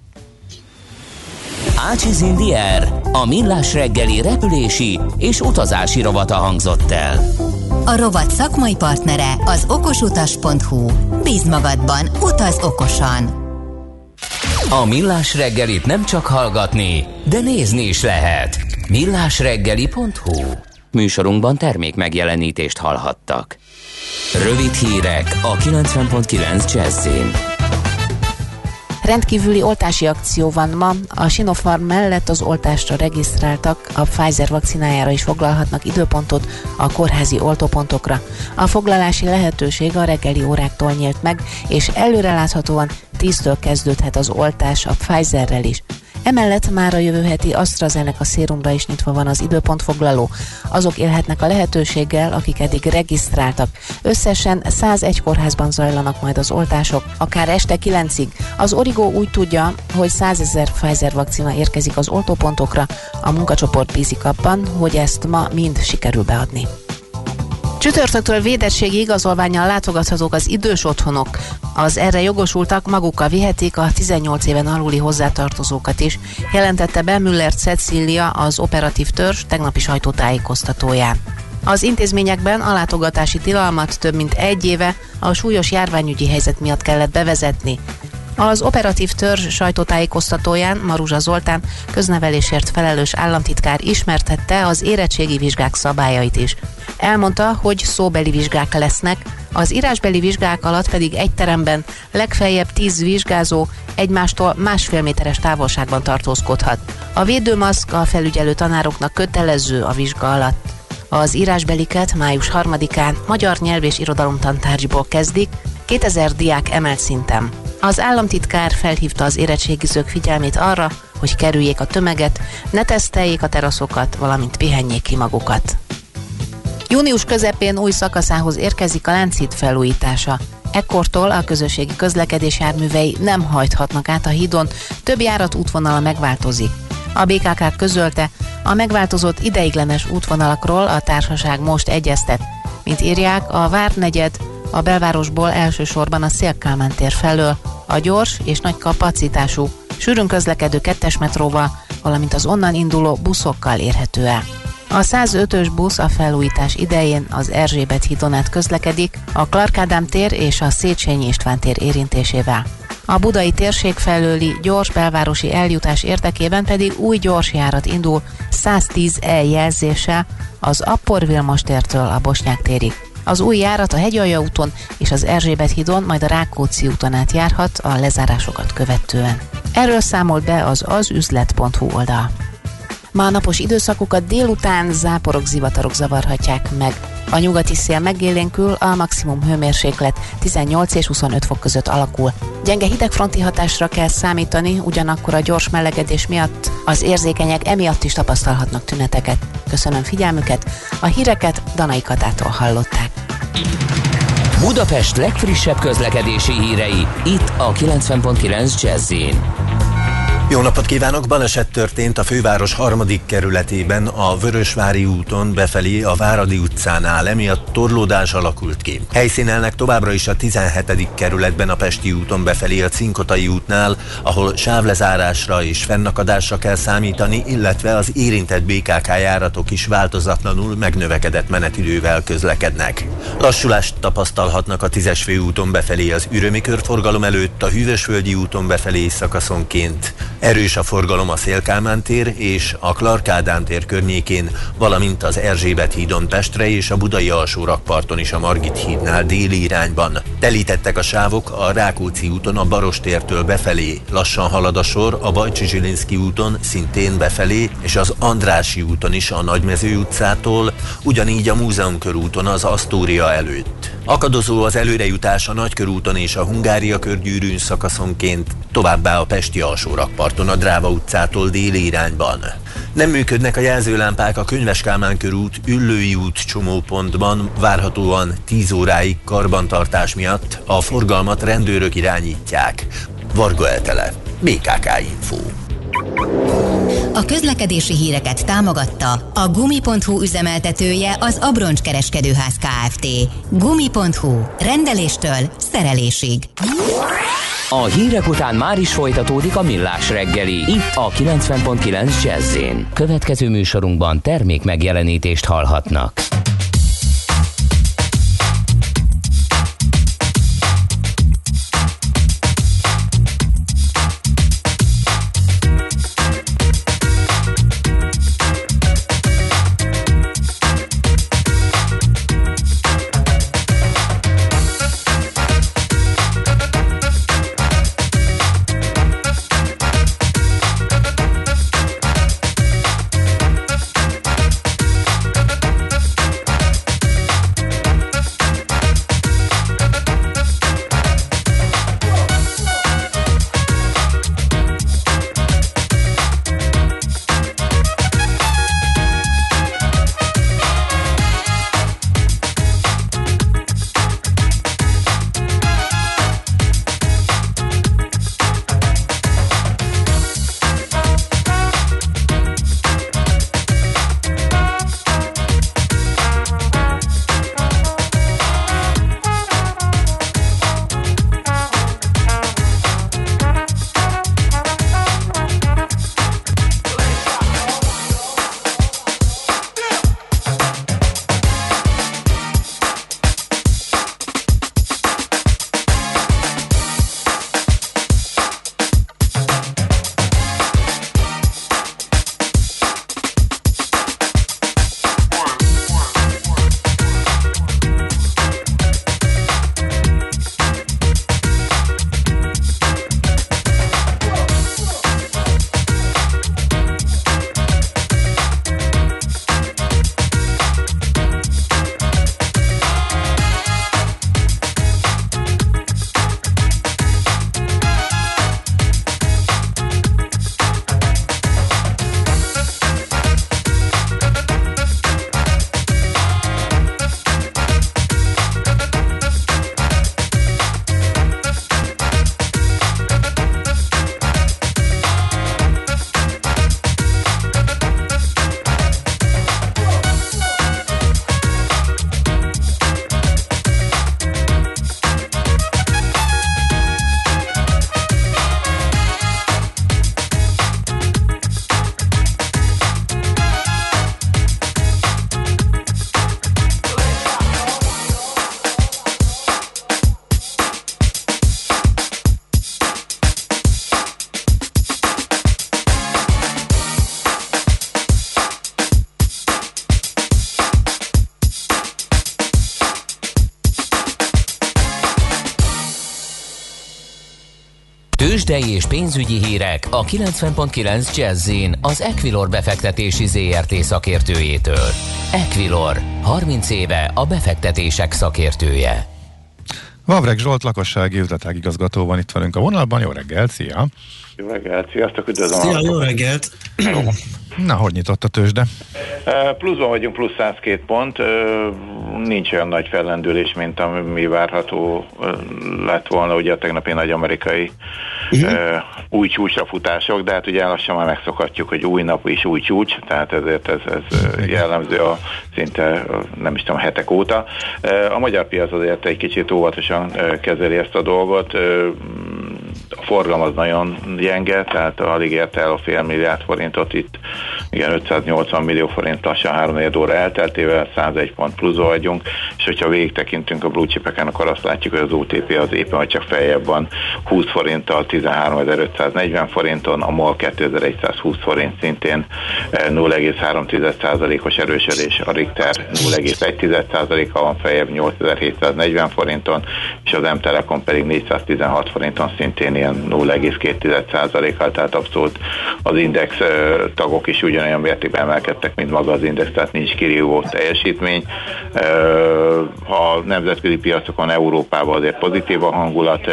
Ácsiz Indier, a millás reggeli repülési és utazási rovata hangzott el. A rovat szakmai partnere az okosutas pont hu. Bízd magadban, utaz okosan! A millás reggelit nem csak hallgatni, de nézni is lehet. millásreggeli pont hu. Műsorunkban termék megjelenítést hallhattak. Rövid hírek a kilencven pont kilenc Jazzin. Rendkívüli oltási akció van ma. A Sinopharm mellett az oltásra regisztráltak a Pfizer vakcinájára is foglalhatnak időpontot a kórházi oltópontokra. A foglalási lehetőség a reggeli óráktól nyílt meg, és előreláthatóan tíztől kezdődhet az oltás a Pfizerrel is. Emellett már a jövő heti AstraZeneca szérumra is nyitva van az időpontfoglaló. Azok élhetnek a lehetőséggel, akik eddig regisztráltak. Összesen százegy kórházban zajlanak majd az oltások, akár este kilencig. Az Origo úgy tudja, hogy százezer Pfizer vakcina érkezik az oltópontokra. A munkacsoport bízik abban, hogy ezt ma mind sikerül beadni. Csütörtöktől védettségi igazolvánnyal látogathatók az idős otthonok. Az erre jogosultak magukkal vihetik a tizennyolc éven aluli hozzátartozókat is, jelentette be Müller Cecilia, az operatív törzs tegnapi sajtótájékoztatóján. Az intézményekben a látogatási tilalmat több mint egy éve a súlyos járványügyi helyzet miatt kellett bevezetni. Az operatív törzs sajtótájékoztatóján Maruzsa Zoltán, köznevelésért felelős államtitkár ismertette az érettségi vizsgák szabályait is. Elmondta, hogy szóbeli vizsgák lesznek, az írásbeli vizsgák alatt pedig egy teremben legfeljebb tíz vizsgázó egymástól másfél méteres távolságban tartózkodhat. A védőmaszk a felügyelő tanároknak kötelező a vizsga alatt. Az írásbeliket május harmadikán magyar nyelv és irodalomtantárgyból kezdik, kétezer diák emelt szinten. Az államtitkár felhívta az érettségizők figyelmét arra, hogy kerüljék a tömeget, ne teszteljék a teraszokat, valamint pihenjék ki magukat. Június közepén új szakaszához érkezik a Lánchíd felújítása. Ekkortól a közösségi közlekedés járművei nem hajthatnak át a hídon, több járat útvonala megváltozik. A bé ká ká közölte, a megváltozott ideiglenes útvonalakról a társaság most egyeztet. Mint írják, a Várnegyed a belvárosból elsősorban a Széll-Kálmán tér felől a gyors és nagy kapacitású, sűrűn közlekedő kettes metróval, valamint az onnan induló buszokkal érhető el. A százötös busz a felújítás idején az Erzsébet hídon át közlekedik, a Clark Ádám tér és a Széchenyi István tér érintésével. A budai térség felőli gyors belvárosi eljutás érdekében pedig új gyorsjárat indul száztíz E jelzéssel az Appor Vilmos tértől a Bosnyák térig. Az új járat a Hegyalja úton és az Erzsébet hídon, majd a Rákóczi úton át járhat a lezárásokat követően. Erről számol be az azüzlet pont hu oldal. Ma a napos időszakokat délután záporok, zivatarok zavarhatják meg. A nyugati szél megélénkül, a maximum hőmérséklet tizennyolc és huszonöt fok között alakul. Gyenge hidegfronti hatásra kell számítani, ugyanakkor a gyors melegedés miatt az érzékenyek emiatt is tapasztalhatnak tüneteket. Köszönöm figyelmüket, a híreket Danai Katától hallották. Budapest legfrissebb közlekedési hírei, itt a kilencven pont kilenc Jazz-in. Jó napot kívánok! Baleset történt a főváros harmadik kerületében, a Vörösvári úton befelé a Váradi utcánál, emiatt torlódás alakult ki. Helyszínelnek továbbra is a tizenhetedik kerületben a Pesti úton befelé a Cinkotai útnál, ahol sávlezárásra és fennakadásra kell számítani, illetve az érintett bé ká ká járatok is változatlanul megnövekedett menetidővel közlekednek. Lassulást tapasztalhatnak a tízes főúton befelé az Ürömi körforgalom előtt, a Hűvösvölgyi úton befelé szakaszonként. Erős a forgalom a Széll-Kálmán tér és a Clark Ádám tér környékén, valamint az Erzsébet hídon Pestre és a Budai alsórakparton is a Margit hídnál déli irányban. Telítettek a sávok a Rákóczi úton a Barostértől befelé, lassan halad a sor a Bajcsy-Zsilinszky úton szintén befelé, és az Andrássy úton is a Nagymező utcától, ugyanígy a Múzeumkörúton az Asztória előtt. Akadozó az előrejutás a Nagykörúton és a Hungária körgyűrűn szakaszonként, továbbá a Pesti alsórakparton a Dráva utcától déli irányban. Nem működnek a jelzőlámpák a Könyves Kálmán körút, Üllői út csomópontban, várhatóan tíz óráig karbantartás miatt a forgalmat rendőrök irányítják. Varga Eltele, bé ká ká Info. A közlekedési híreket támogatta a Gumi pont hu üzemeltetője, az Abroncs Kereskedőház Kft. Gumi pont hu. Rendeléstől szerelésig. A hírek után már is folytatódik a Millás reggeli, itt a kilencven pont kilenc Jazz-én. Következő műsorunkban termék megjelenítést hallhatnak. Tőzsdei és pénzügyi hírek a kilencven pont kilenc Jazz-in az Equilor befektetési zé er té szakértőjétől. Equilor, harminc éve a befektetések szakértője. Vavreg Zsolt, lakossági üzletágigazgató van itt velünk a vonalban. Jó reggelt, szia! Jó reggelt, sziasztok, üdvözlöm! Szia, jó reggelt! Na, hogy nyitott a tőzsde? Pluszban vagyunk, plusz száz két pont. Nincs olyan nagy fellendülés, mint ami várható lett volna, ugye a tegnapi nagy amerikai uh-huh. új csúcsra futások, de hát ugye lassan már megszokhatjuk, hogy új nap és új csúcs, tehát ezért ez, ez jellemző a szinte, nem is tudom, hetek óta. A magyar piac azért egy kicsit óvatosan kezeli ezt a dolgot. A forgalom az nagyon gyenge, tehát alig érte el a fél milliárd forintot, itt igen, ötszáznyolcvan millió forint lassan három óra elteltével, százegy pont pluszba vagyunk, és hogyha végig tekintünk a blue chipeken, akkor azt látjuk, hogy az o té pé az éppen, hogy csak feljebb van húsz forinttal, tizenháromezer-ötszáznegyven forinton, a MOL kétezer-egyszázhúsz forint szintén nulla egész három százalékos erősödés, a Richter nulla egész egy százalékkal van feljebb nyolcezer-hétszáznegyven forinton, és az M-Telekom pedig négyszáztizenhat forinton szintén ilyen nulla egész két százalékkal, tehát abszolút az index tagok is ugyanolyan mértékben emelkedtek, mint maga az index, tehát nincs kirívó teljesítmény. A nemzetközi piacokon, Európában azért pozitív a hangulat,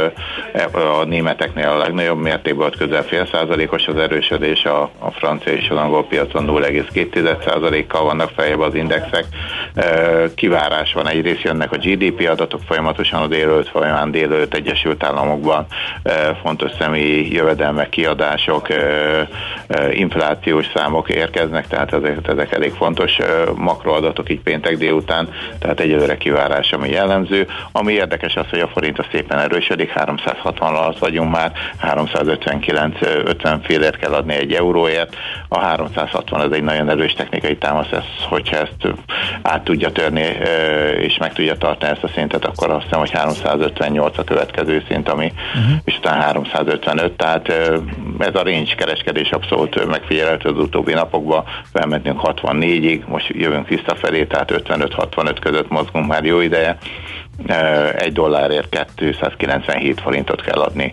a németeknél a legnagyobb mértékben ott közel fél százalékos az erősödés, a, a francia és az angol piacon nulla egész két százalékkal vannak feljebb az indexek. Kivárás van, egyrészt jönnek a gé dé pé adatok folyamatosan a délelőtt folyamán, délelőtt Egyesült Államokban, fontos személyi jövedelmek, kiadások, inflációs számok érkeznek, tehát ezek, ezek elég fontos makroadatok így péntek délután, tehát egyelőre kivárás, ami jellemző. Ami érdekes az, hogy a forint a szépen erősödik, háromszázhatvan alatt vagyunk már, háromszázötvenkilenc ötven félért kell adni egy euróért, a háromszázhatvan az egy nagyon erős technikai támasz, ez, hogyha ezt át tudja törni és meg tudja tartani ezt a szintet, akkor azt hiszem, hogy háromszázötvennyolc a következő szint, ami uh-huh. és utána háromszázötvenöt, tehát ez a range kereskedés abszolút megfigyelhető az utóbbi napokban, felmentünk hatvannégyig, most jövünk visszafelé, tehát ötvenöt-hatvanöt között mozgunk már jó ideje, egy dollárért kétszázkilencvenhét forintot kell adni,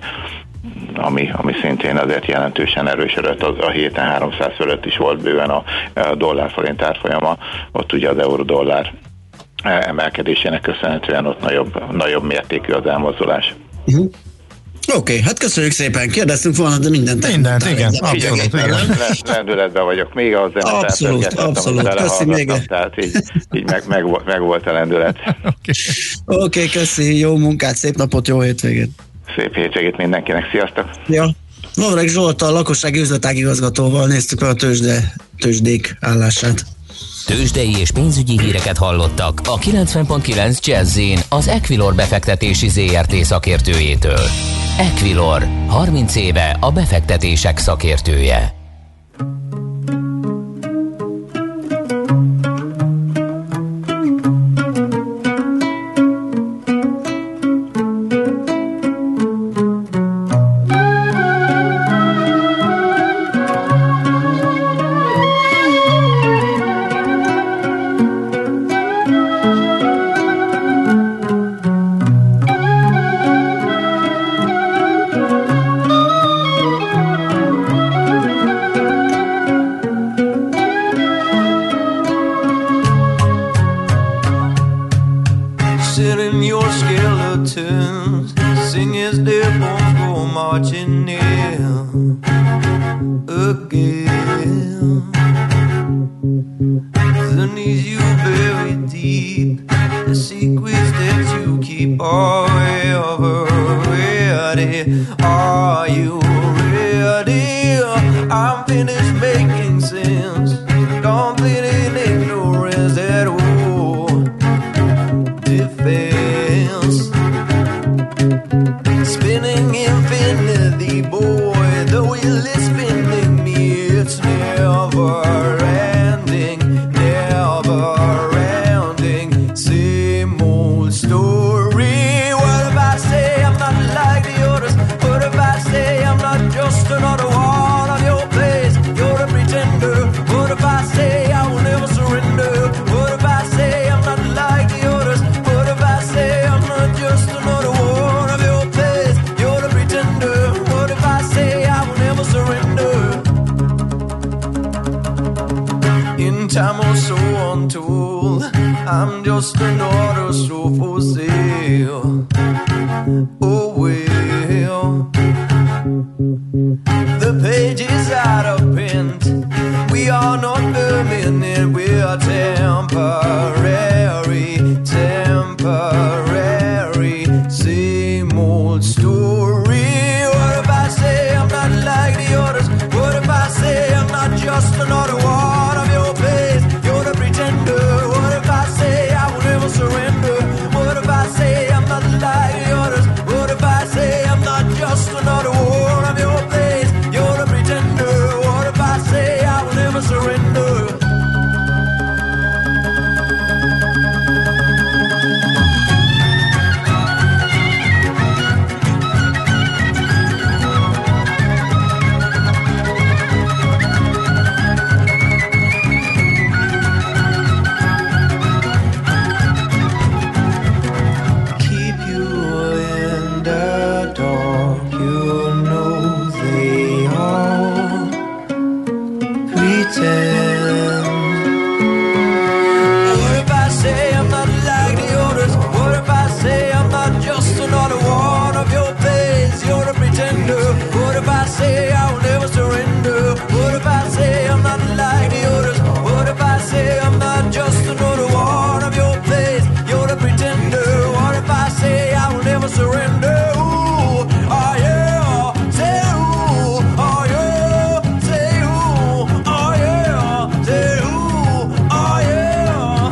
ami, ami szintén azért jelentősen erősödött, az a héten háromszáz fölött is volt bőven a, a dollár-forint árfolyama, ott ugye az euró-dollár emelkedésének köszönhetően ott nagyobb, nagyobb mértékű az elmozdulás. Uh-huh. Oké, okay, hát köszönjük szépen, kérdeztünk volna, de mindent. Mindent, igen, abszolút, igen. Lendületben vagyok, még az zenét abszolút, abszolút, köszi még. Tehát így, így meg, meg, meg volt a lendület. Oké, okay. okay, köszi, jó munkát, szép napot, jó hétvégét. Szép hétvégét mindenkinek, sziasztok. Ja. Vavreg Zsolt, a lakossági üzletágigazgatóval néztük a tőzsde, tőzsdék állását. Tőzsdei és pénzügyi híreket hallottak a kilencven pont kilenc Jazz-in az Equilor befektetési zé er té szakértőjétől. Equilor, harminc éve a befektetések szakértője. Spinning infinity, boy, though you're spinning me. I'm just another straw for sale. Oh well, the page is out of print. We are not permanent, we are temporary, temporary. Same old story. What if I say I'm not like the others? What if I say I'm not just another one of your plays? You're the pretender. What if I say I will never surrender? What if I say I'm not like the others? What if I say I'm not just another one of your plays? You're the pretender. What if I say I will never surrender? Say I will never surrender. What if I say I'm not like the others? What if I say I'm not just another one of your plays? You're the pretender. What if I say I will never surrender? Ooh, oh yeah, say ooh, oh yeah, say ooh, oh yeah, say ooh, oh yeah.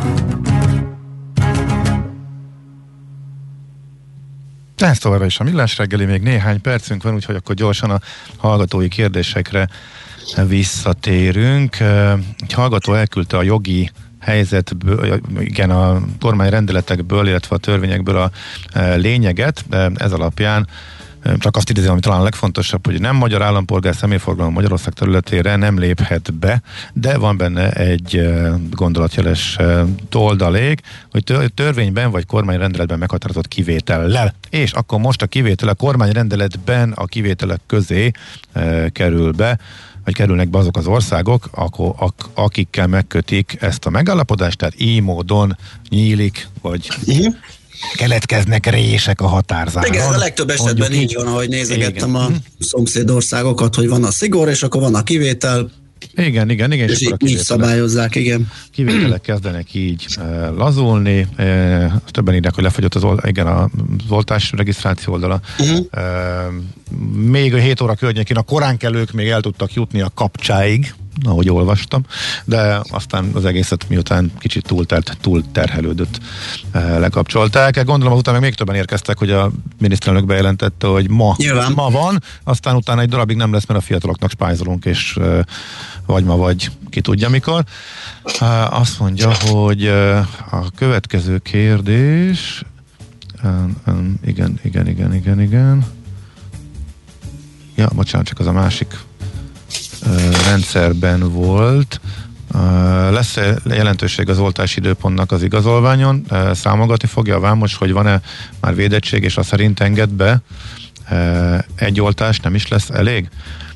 Ez továbbra is a Millás reggeli, még néhány percünk van, úgyhogy akkor gyorsan a hallgatói kérdésekre visszatérünk. Egy hallgató elküldte a jogi helyzetből, igen, a kormányrendeletekből, illetve a törvényekből a lényeget, de ez alapján csak azt idézem, ami talán a legfontosabb, hogy nem magyar állampolgár személyforgalom Magyarország területére nem léphet be, de van benne egy gondolatjeles toldalék, hogy törvényben vagy kormányrendeletben meghatározott kivétellel. És akkor most a kivétel a kormányrendeletben a kivételek közé e, kerül be, vagy kerülnek be azok az országok, akkor, ak, akikkel megkötik ezt a megállapodást, tehát így módon nyílik, vagy uh-huh. keletkeznek rések a határzáron. Igen, a legtöbb esetben így, így van, ahogy nézegettem igen. a szomszédországokat, hogy van a szigor, és akkor van a kivétel. Igen, igen, igen. És, és így, így szabályozzák, igen. Kivételek kezdenek így e, lazulni. E, többen írják, hogy lefogyott az, igen, az oltás regisztráció oldala. Uh-huh. E, még a hét óra környékén a koránkelők még el tudtak jutni a kapcsáig, ahogy olvastam, de aztán az egészet miután kicsit túltert, túlterhelődött e, lekapcsolták. Gondolom azután meg még többen érkeztek, hogy a miniszterelnök bejelentette, hogy ma, ma van, aztán utána egy darabig nem lesz, mert a fiataloknak spájzolunk, és e, vagy ma, vagy ki tudja mikor. E, azt mondja, hogy e, a következő kérdés e, e, igen, igen, igen, igen, igen. Ja, bocsánat, csak az a másik rendszerben volt. Lesz-e jelentőség az oltási időpontnak az igazolványon? Számolgatni fogja a vámos, hogy van-e már védettség, és azt szerint enged be? Egy oltás nem is lesz elég?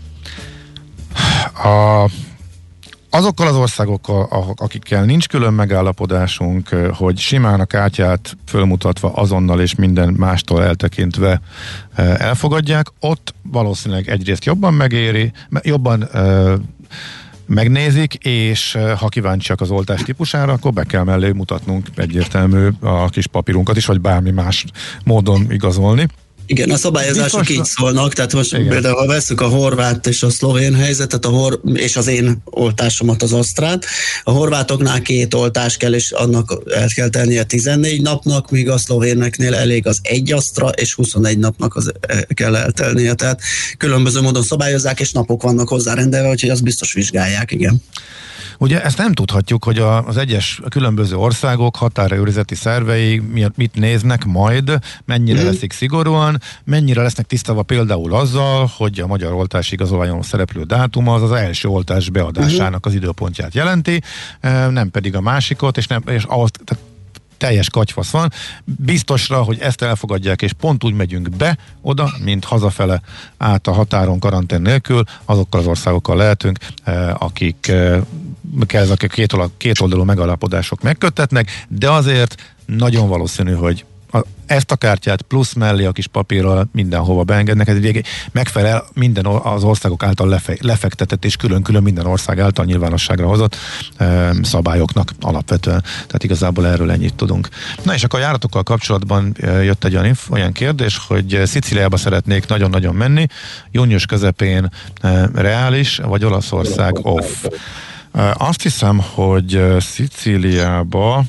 A, azokkal az országokkal, akikkel nincs külön megállapodásunk, hogy simán a kártyát fölmutatva azonnal és minden mástól eltekintve elfogadják, ott valószínűleg egyrészt jobban megéri, jobban megnézik, és ha kíváncsiak az oltás típusára, akkor be kell mellé mutatnunk egyértelmű a kis papírunkat is, vagy bármi más módon igazolni. Igen, a szabályozások biztos, így szólnak, tehát most igen. Például ha veszük a horvát és a szlovén helyzetet, a hor- és az én oltásomat, az asztrát, a horvátoknál két oltás kell, és annak el kell tennie tizennégy napnak, míg a szlovéneknél elég az egy asztra, és huszonegy napnak az kell eltelnie, tehát különböző módon szabályozzák, és napok vannak hozzárendelve, úgyhogy azt biztos vizsgálják, igen. Ugye ezt nem tudhatjuk, hogy a, az egyes különböző országok határőrizeti szervei mit néznek majd, mennyire mm. leszik szigorúan, mennyire lesznek tisztában például azzal, hogy a magyar oltási igazolványon szereplő dátuma az az első oltás beadásának az időpontját jelenti, nem pedig a másikot, és, nem, és ahhoz, tehát teljes katyfasz van. Biztosra, hogy ezt elfogadják, és pont úgy megyünk be oda, mint hazafele át a határon karantén nélkül, azokkal az országokkal lehetünk, akik ezek a két, két oldalú megalapodások megköttetnek, de azért nagyon valószínű, hogy a, ezt a kártyát plusz mellé a kis papírral mindenhova beengednek, ez egy megfelel minden az országok által lefe, lefektetett és külön-külön minden ország által nyilvánosságra hozott e, szabályoknak alapvetően. Tehát igazából erről ennyit tudunk. Na és akkor a járatokkal kapcsolatban jött egy olyan, olyan kérdés, hogy Szicíliába szeretnék nagyon-nagyon menni, június közepén e, reális, vagy Olaszország off. E, azt hiszem, hogy Szicíliába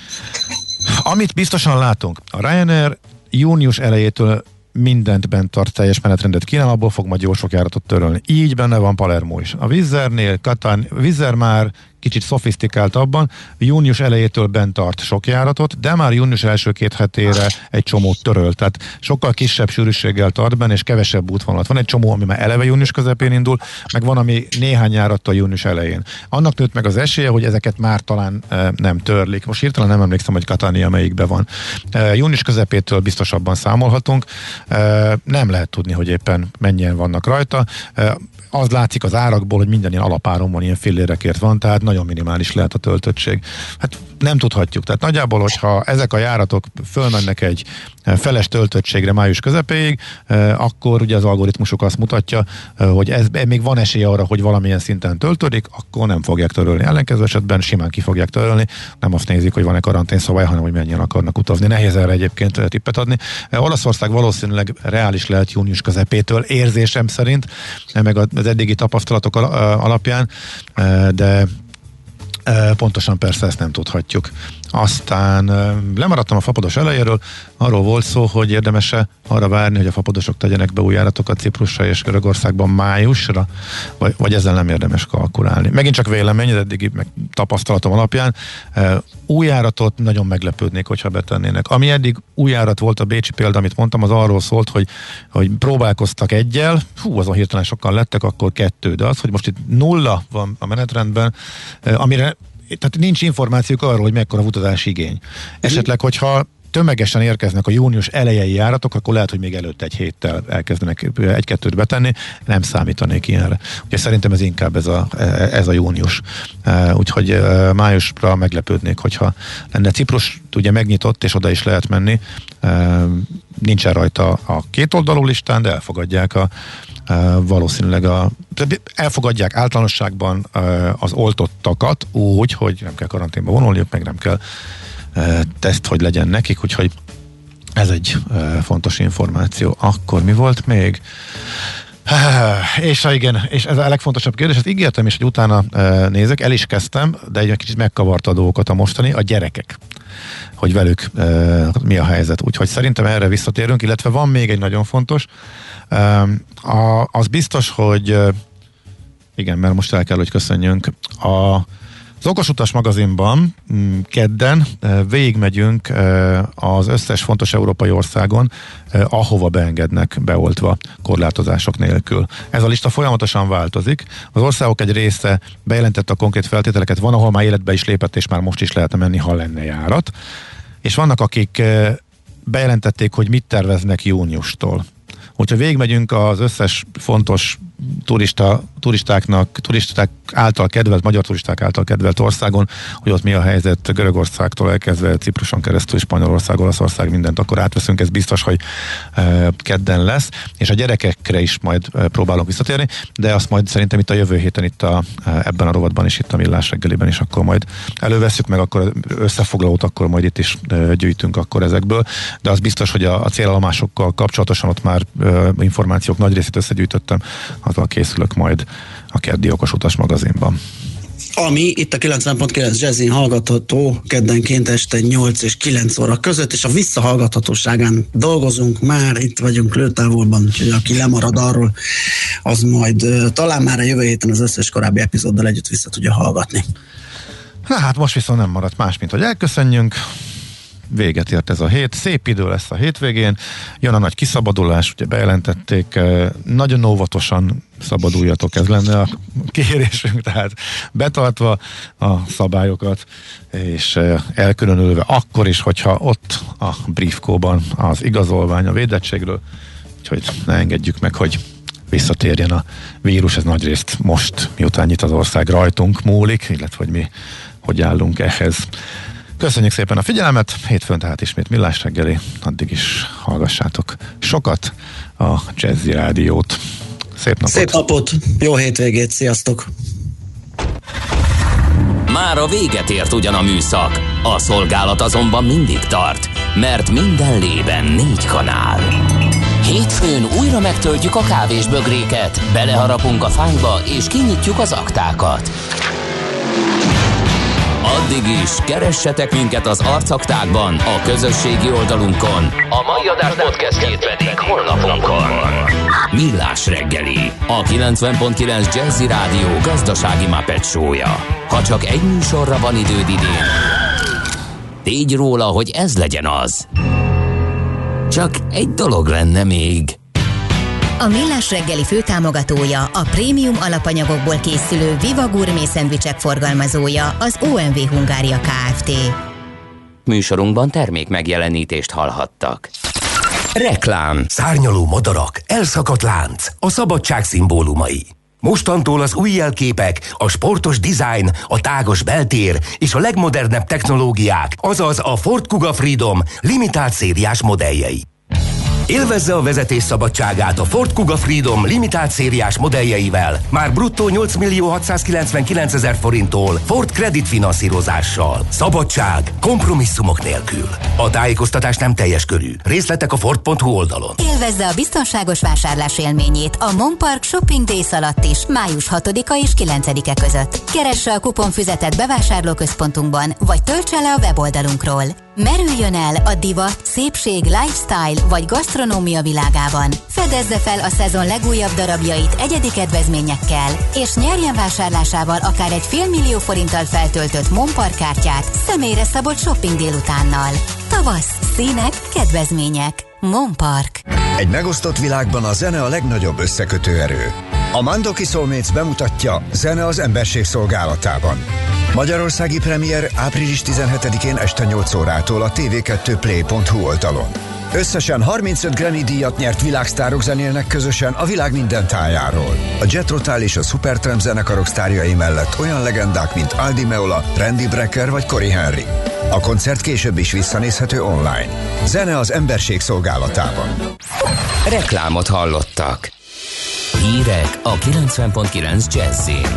amit biztosan látunk, a Ryanair június elejétől mindent bent tart, teljes menetrendet kínál, abból fog majd jó sok járatot törölni. Így benne van Palermo is. A Wizz Airnél, Katán, Wizz Air már kicsit szofisztikáltabban, június elejétől bent tart sok járatot, de már június első két hetére egy csomót töröl, tehát sokkal kisebb sűrűséggel tart benne, és kevesebb útvonalat. Van egy csomó, ami már eleve június közepén indul, meg van, ami néhány járattal június elején. Annak nőtt meg az esélye, hogy ezeket már talán e, nem törlik. Most hirtelen nem emlékszem, hogy Catania melyikben van. E, június közepétől biztosabban számolhatunk. E, nem lehet tudni, hogy éppen mennyien vannak rajta. E, az látszik az árakból, hogy minden ilyen alapáron van, ilyen fillérekért van, tehát nagyon minimális lehet a töltöttség. Hát nem tudhatjuk. Tehát nagyjából, hogyha ezek a járatok fölmennek egy feles töltöttségre május közepéig, akkor ugye az algoritmusok azt mutatja, hogy ez, még van esély arra, hogy valamilyen szinten töltődik, akkor nem fogják törölni. Ellenkező esetben simán ki fogják törölni. Nem azt nézik, hogy van-e karanténszabály, hanem hogy mennyien akarnak utazni. Nehéz erre egyébként tippet adni. Olaszország valószínűleg reális lehet június közepétől, érzésem szerint, meg az eddigi tapasztalatok alapján, de pontosan persze ezt nem tudhatjuk. Aztán lemaradtam a fapados elejéről, arról volt szó, hogy érdemes-e arra várni, hogy a fapadosok tegyenek be új járatokat Ciprusra és Görögországban májusra, vagy, vagy ezzel nem érdemes kalkulálni. Megint csak vélemény, az eddigi meg tapasztalatom alapján új járatot nagyon meglepődnék, hogyha betennének. Ami eddig új járat volt, a bécsi példa, amit mondtam, az arról szólt, hogy, hogy próbálkoztak egyel, hú, azon hirtelen sokan lettek, akkor kettő, de az, hogy most itt nulla van a menetrendben, amire tehát nincs információk arról, hogy mekkora utazási igény. Esetleg, hogyha tömegesen érkeznek a június elejei járatok, akkor lehet, hogy még előtte egy héttel elkezdenek egy-kettőt betenni, nem számítanék ilyenre. Ugye szerintem ez inkább ez a, ez a június. Úgyhogy májusra meglepődnék, hogyha lenne. Ciprus ugye megnyitott, és oda is lehet menni. Nincsen rajta a kétoldalú listán, de elfogadják a valószínűleg a, elfogadják általánosságban az oltottakat úgy, hogy nem kell karanténba vonulniuk, meg nem kell teszt, hogy legyen nekik, úgyhogy ez egy fontos információ. Akkor mi volt még? És igen, és ez a legfontosabb kérdés, ezt ígértem is, hogy utána nézek, el is kezdtem, de egy kicsit megkavarta a dolgokat a mostani, a gyerekek, hogy velük mi a helyzet. Úgyhogy szerintem erre visszatérünk, illetve van még egy nagyon fontos, az biztos, hogy igen, mert most el kell, hogy köszönjünk. A Az Okosutas magazinban kedden végigmegyünk az összes fontos európai országon, ahova beengednek beoltva korlátozások nélkül. Ez a lista folyamatosan változik. Az országok egy része bejelentette a konkrét feltételeket, van, ahol már életbe is lépett, és már most is lehetne menni, ha lenne járat. És vannak, akik bejelentették, hogy mit terveznek júniustól. Hogyha végigmegyünk az összes fontos turista, turistáknak, turisták által kedvelt, magyar turisták által kedvelt országon, hogy ott mi a helyzet Görögországtól elkezdve Cipruson keresztül, Spanyolország, Olaszország, mindent akkor átveszünk, ez biztos, hogy e, kedden lesz, és a gyerekekre is majd e, próbálunk visszatérni, de azt majd szerintem itt a jövő héten itt a, ebben a rovatban is, itt a Millás reggeliben is akkor majd elővesszük, meg akkor összefoglalót akkor majd itt is e, gyűjtünk akkor ezekből, de az biztos, hogy a, a célállomásokkal kapcsolatosan ott már e, információk nagy részét összegyűjtöttem, azzal készülök majd a keddi Okosutas magazinban. Ami itt a kilencven pont kilenc Jazzin hallgatható keddenként este nyolc és kilenc óra között, és a visszahallgathatóságán dolgozunk, már itt vagyunk lőtávolban, úgyhogy aki lemarad arról, az majd talán már a jövő héten az összes korábbi epizóddal együtt vissza tudja hallgatni. Na hát most viszont nem maradt más, mint hogy elköszönjünk. véget ért ez a hét, szép idő lesz a hétvégén, jön a nagy kiszabadulás, ugye bejelentették, nagyon óvatosan szabaduljatok, ez lenne a kérésünk, tehát betartva a szabályokat, és elkülönülve akkor is, hogyha ott a briefkóban az igazolvány a védettségről, úgyhogy ne engedjük meg, hogy visszatérjen a vírus, ez nagyrészt most, miután nyit az ország, rajtunk múlik, illetve hogy mi hogy állunk ehhez. Köszönjük szépen a figyelmet, hétfőn tehát ismét Millás reggeli, addig is hallgassátok sokat a Jazzy Rádiót. Szép napot! Szép napot, jó hétvégét, sziasztok! Már a véget ért ugyan a műszak, a szolgálat azonban mindig tart, mert minden lében négy kanál. Hétfőn újra megtöltjük a kávésbögréket, beleharapunk a fánkba és kinyitjuk az aktákat. Addig is keressetek minket az arcaktákban, a közösségi oldalunkon, a mai adás podcastjét pedig honlapunkon. Millás reggeli, a kilencven pont kilenc Jazzy Rádió gazdasági Muppet show-ja. Ha csak egy műsorra van időd idén, tégy róla, hogy ez legyen az. Csak egy dolog lenne még. A Millás reggeli főtámogatója, a prémium alapanyagokból készülő Viva Gourmet szendvicsek forgalmazója, az o em vé Hungária Kft. Műsorunkban termék megjelenítést hallhattak. Reklám. Szárnyaló madarak, elszakadt lánc, a szabadság szimbólumai. Mostantól az új jelképek, a sportos dizájn, a tágos beltér és a legmodernebb technológiák, azaz a Ford Kuga Freedom limitált szériás modelljei. Élvezze a vezetés szabadságát a Ford Kuga Freedom limitált szériás modelljeivel, már bruttó nyolc millió hatszázkilencvenkilencezer forinttól Ford Credit finanszírozással. Szabadság kompromisszumok nélkül. A tájékoztatás nem teljes körű. Részletek a ford pont hu oldalon. Élvezze a biztonságos vásárlás élményét a Monpark Shopping Days alatt is, május hatodika és kilencedike között. Keresse a kuponfüzetet bevásárlóközpontunkban, vagy töltse le a weboldalunkról. Merüljön el a divat, szépség, lifestyle vagy gasztronómia világában. Fedezze fel a szezon legújabb darabjait egyedi kedvezményekkel, és nyerjen vásárlásával akár egy fél millió forinttal feltöltött Monpark kártyát személyre szabott shopping délutánnal. Tavasz, színek, kedvezmények. Monpark. Egy megosztott világban a zene a legnagyobb összekötő erő. A Mandoki Soulmates bemutatja Zene az emberség szolgálatában. Magyarországi premier április tizenhetedikén este nyolc órától a té vé kettő play pont hu oldalon. Összesen harmincöt Grammy díjat nyert világsztárok zenélnek közösen a világ minden tájáról. A Jet Rotal és a Supertramp zenekarok sztárjai mellett olyan legendák, mint Al Di Meola, Randy Brecker vagy Corey Henry. A koncert később is visszanézhető online. Zene az emberség szolgálatában. Reklámot hallottak. Hírek a kilencven pont kilenc Jazzyn.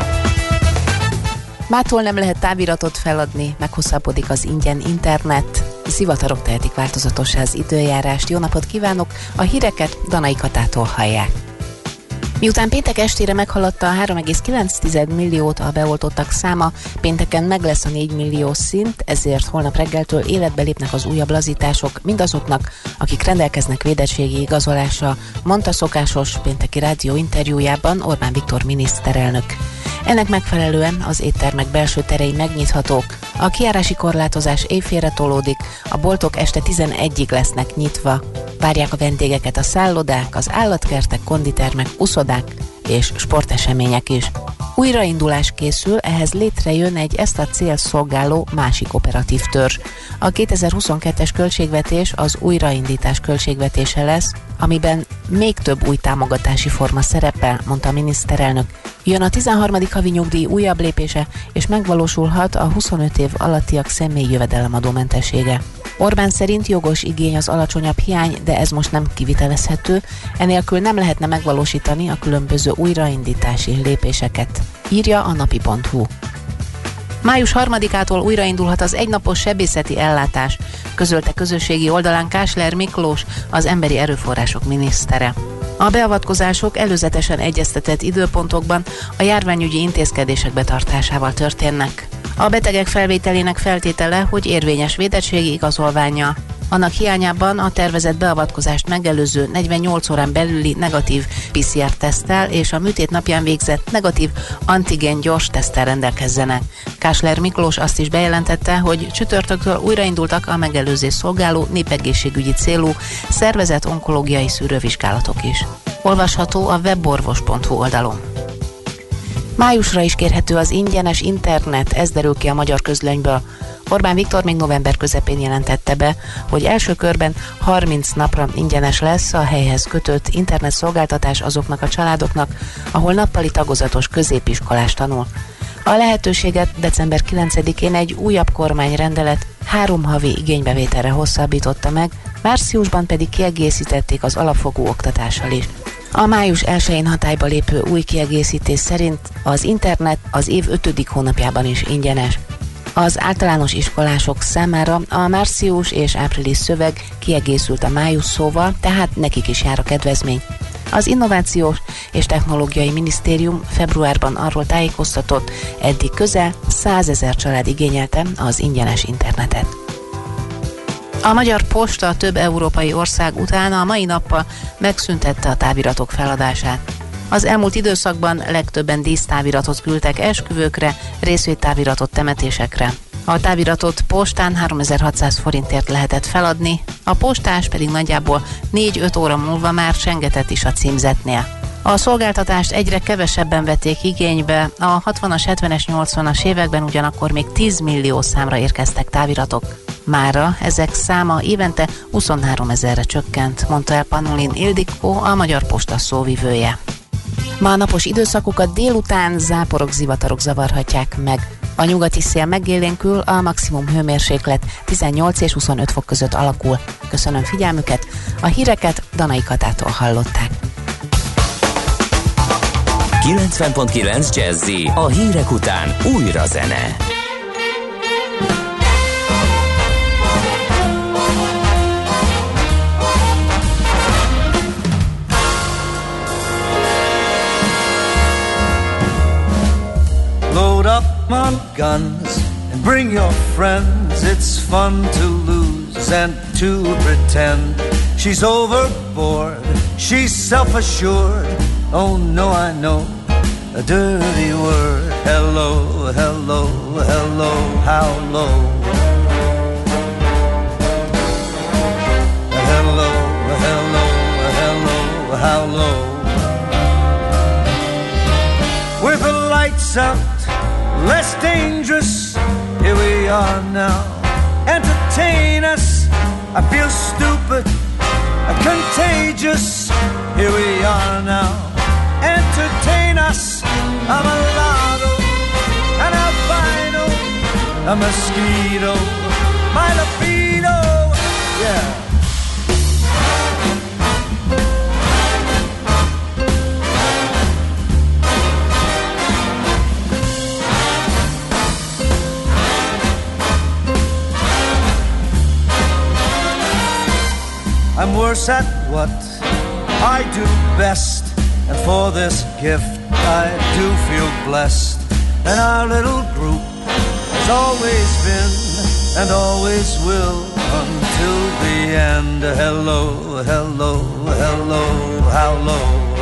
Mától nem lehet táviratot feladni, meghosszabbodik az ingyen internet. Zivatarok tehetik változatossá az időjárást. Jó napot kívánok! A híreket Danai Katától hallják. Miután péntek estére meghaladta a három egész kilenc milliót a beoltottak száma, pénteken meg lesz a négy millió szint, ezért holnap reggeltől életbe lépnek az újabb lazítások mindazoknak, akik rendelkeznek védettségi igazolással, mondta szokásos pénteki rádió interjújában Orbán Viktor miniszterelnök. Ennek megfelelően az éttermek belső terei megnyithatók, a kijárási korlátozás éjfélre tolódik, a boltok este tizenegyig lesznek nyitva. Várják a vendégeket a szállodák, az állatkertek, konditermek, uszodák és sportesemények is. Újraindulás készül, ehhez létrejön egy ezt a cél szolgáló másik operatív törzs. A kétezer-huszonkettes költségvetés az újraindítás költségvetése lesz, amiben még több új támogatási forma szerepel, mondta a miniszterelnök. Jön a tizenharmadik havi nyugdíj újabb lépése, és megvalósulhat a huszonöt év alattiak személyi jövedelemadómentessége. Orbán szerint jogos igény az alacsonyabb hiány, de ez most nem kivitelezhető, enélkül nem lehetne megvalósítani a különböző újraindítási lépéseket, írja a napi pont hu. május harmadikától újraindulhat az egynapos sebészeti ellátás, közölte közösségi oldalán Kásler Miklós, az emberi erőforrások minisztere. A beavatkozások előzetesen egyeztetett időpontokban a járványügyi intézkedések betartásával történnek. A betegek felvételének feltétele, hogy érvényes védettségi igazolvánnya Annak hiányában a tervezett beavatkozást megelőző negyvennyolc órán belüli negatív pé cé er-teszttel és a műtét napján végzett negatív antigén gyors teszttel rendelkezzenek. Kásler Miklós azt is bejelentette, hogy csütörtöktől újraindultak a megelőzés szolgáló népegészségügyi célú szervezett onkológiai szűrővizsgálatok is. Olvasható a weborvos pont hu oldalon. Májusra is kérhető az ingyenes internet, ez derül ki a Magyar Közlönyből. Orbán Viktor még november közepén jelentette be, hogy első körben harminc napra ingyenes lesz a helyhez kötött internet szolgáltatás azoknak a családoknak, ahol nappali tagozatos középiskolás tanul. A lehetőséget december kilencedikén egy újabb kormányrendelet három havi igénybevételre hosszabbította meg, márciusban pedig kiegészítették az alapfokú oktatással is. A május elsején hatályba lépő új kiegészítés szerint az internet az év ötödik hónapjában is ingyenes. Az általános iskolások számára a március és április szöveg kiegészült a május szóval, tehát nekik is jár a kedvezmény. Az Innovációs és Technológiai Minisztérium februárban arról tájékoztatott, eddig közel százezer család igényelte az ingyenes internetet. A Magyar Posta több európai ország után a mai nappal megszüntette a táviratok feladását. Az elmúlt időszakban legtöbben díszdtáviratot küldtek esküvőkre, részvédtáviratot temetésekre. A táviratot postán háromezer-hatszáz forintért lehetett feladni, a postás pedig nagyjából négy-öt óra múlva már csengetett is a címzetnél. A szolgáltatást egyre kevesebben vették igénybe, a hatvanas, hetvenes, nyolcvanas években ugyanakkor még tíz millió számra érkeztek táviratok. Mára ezek száma évente huszonhárom ezerre csökkent, mondta el Panulin Ildikó, a Magyar Posta szóvivője. Ma a napos időszakokat délután záporok, zivatarok zavarhatják meg. A nyugati szél megélénkül, a maximum hőmérséklet tizennyolc és huszonöt fok között alakul. Köszönöm figyelmüket, a híreket Danai Katától hallották. kilencven pont kilenc Jazzy, a hírek után újra zene. Load up on guns and bring your friends. It's fun to lose and to pretend. She's overboard, she's self-assured. Oh no, I know a dirty word. Hello, hello, hello, how low. Hello, hello, hello, how low. With the lights out, less dangerous, here we are now. Entertain us, I feel stupid, contagious, here we are now. Entertain us, I'm a lotto, an albino, a mosquito, my libido, yeah. I'm worse at what I do best, and for this gift I do feel blessed. And our little group has always been and always will until the end. Hello, hello, hello, how low.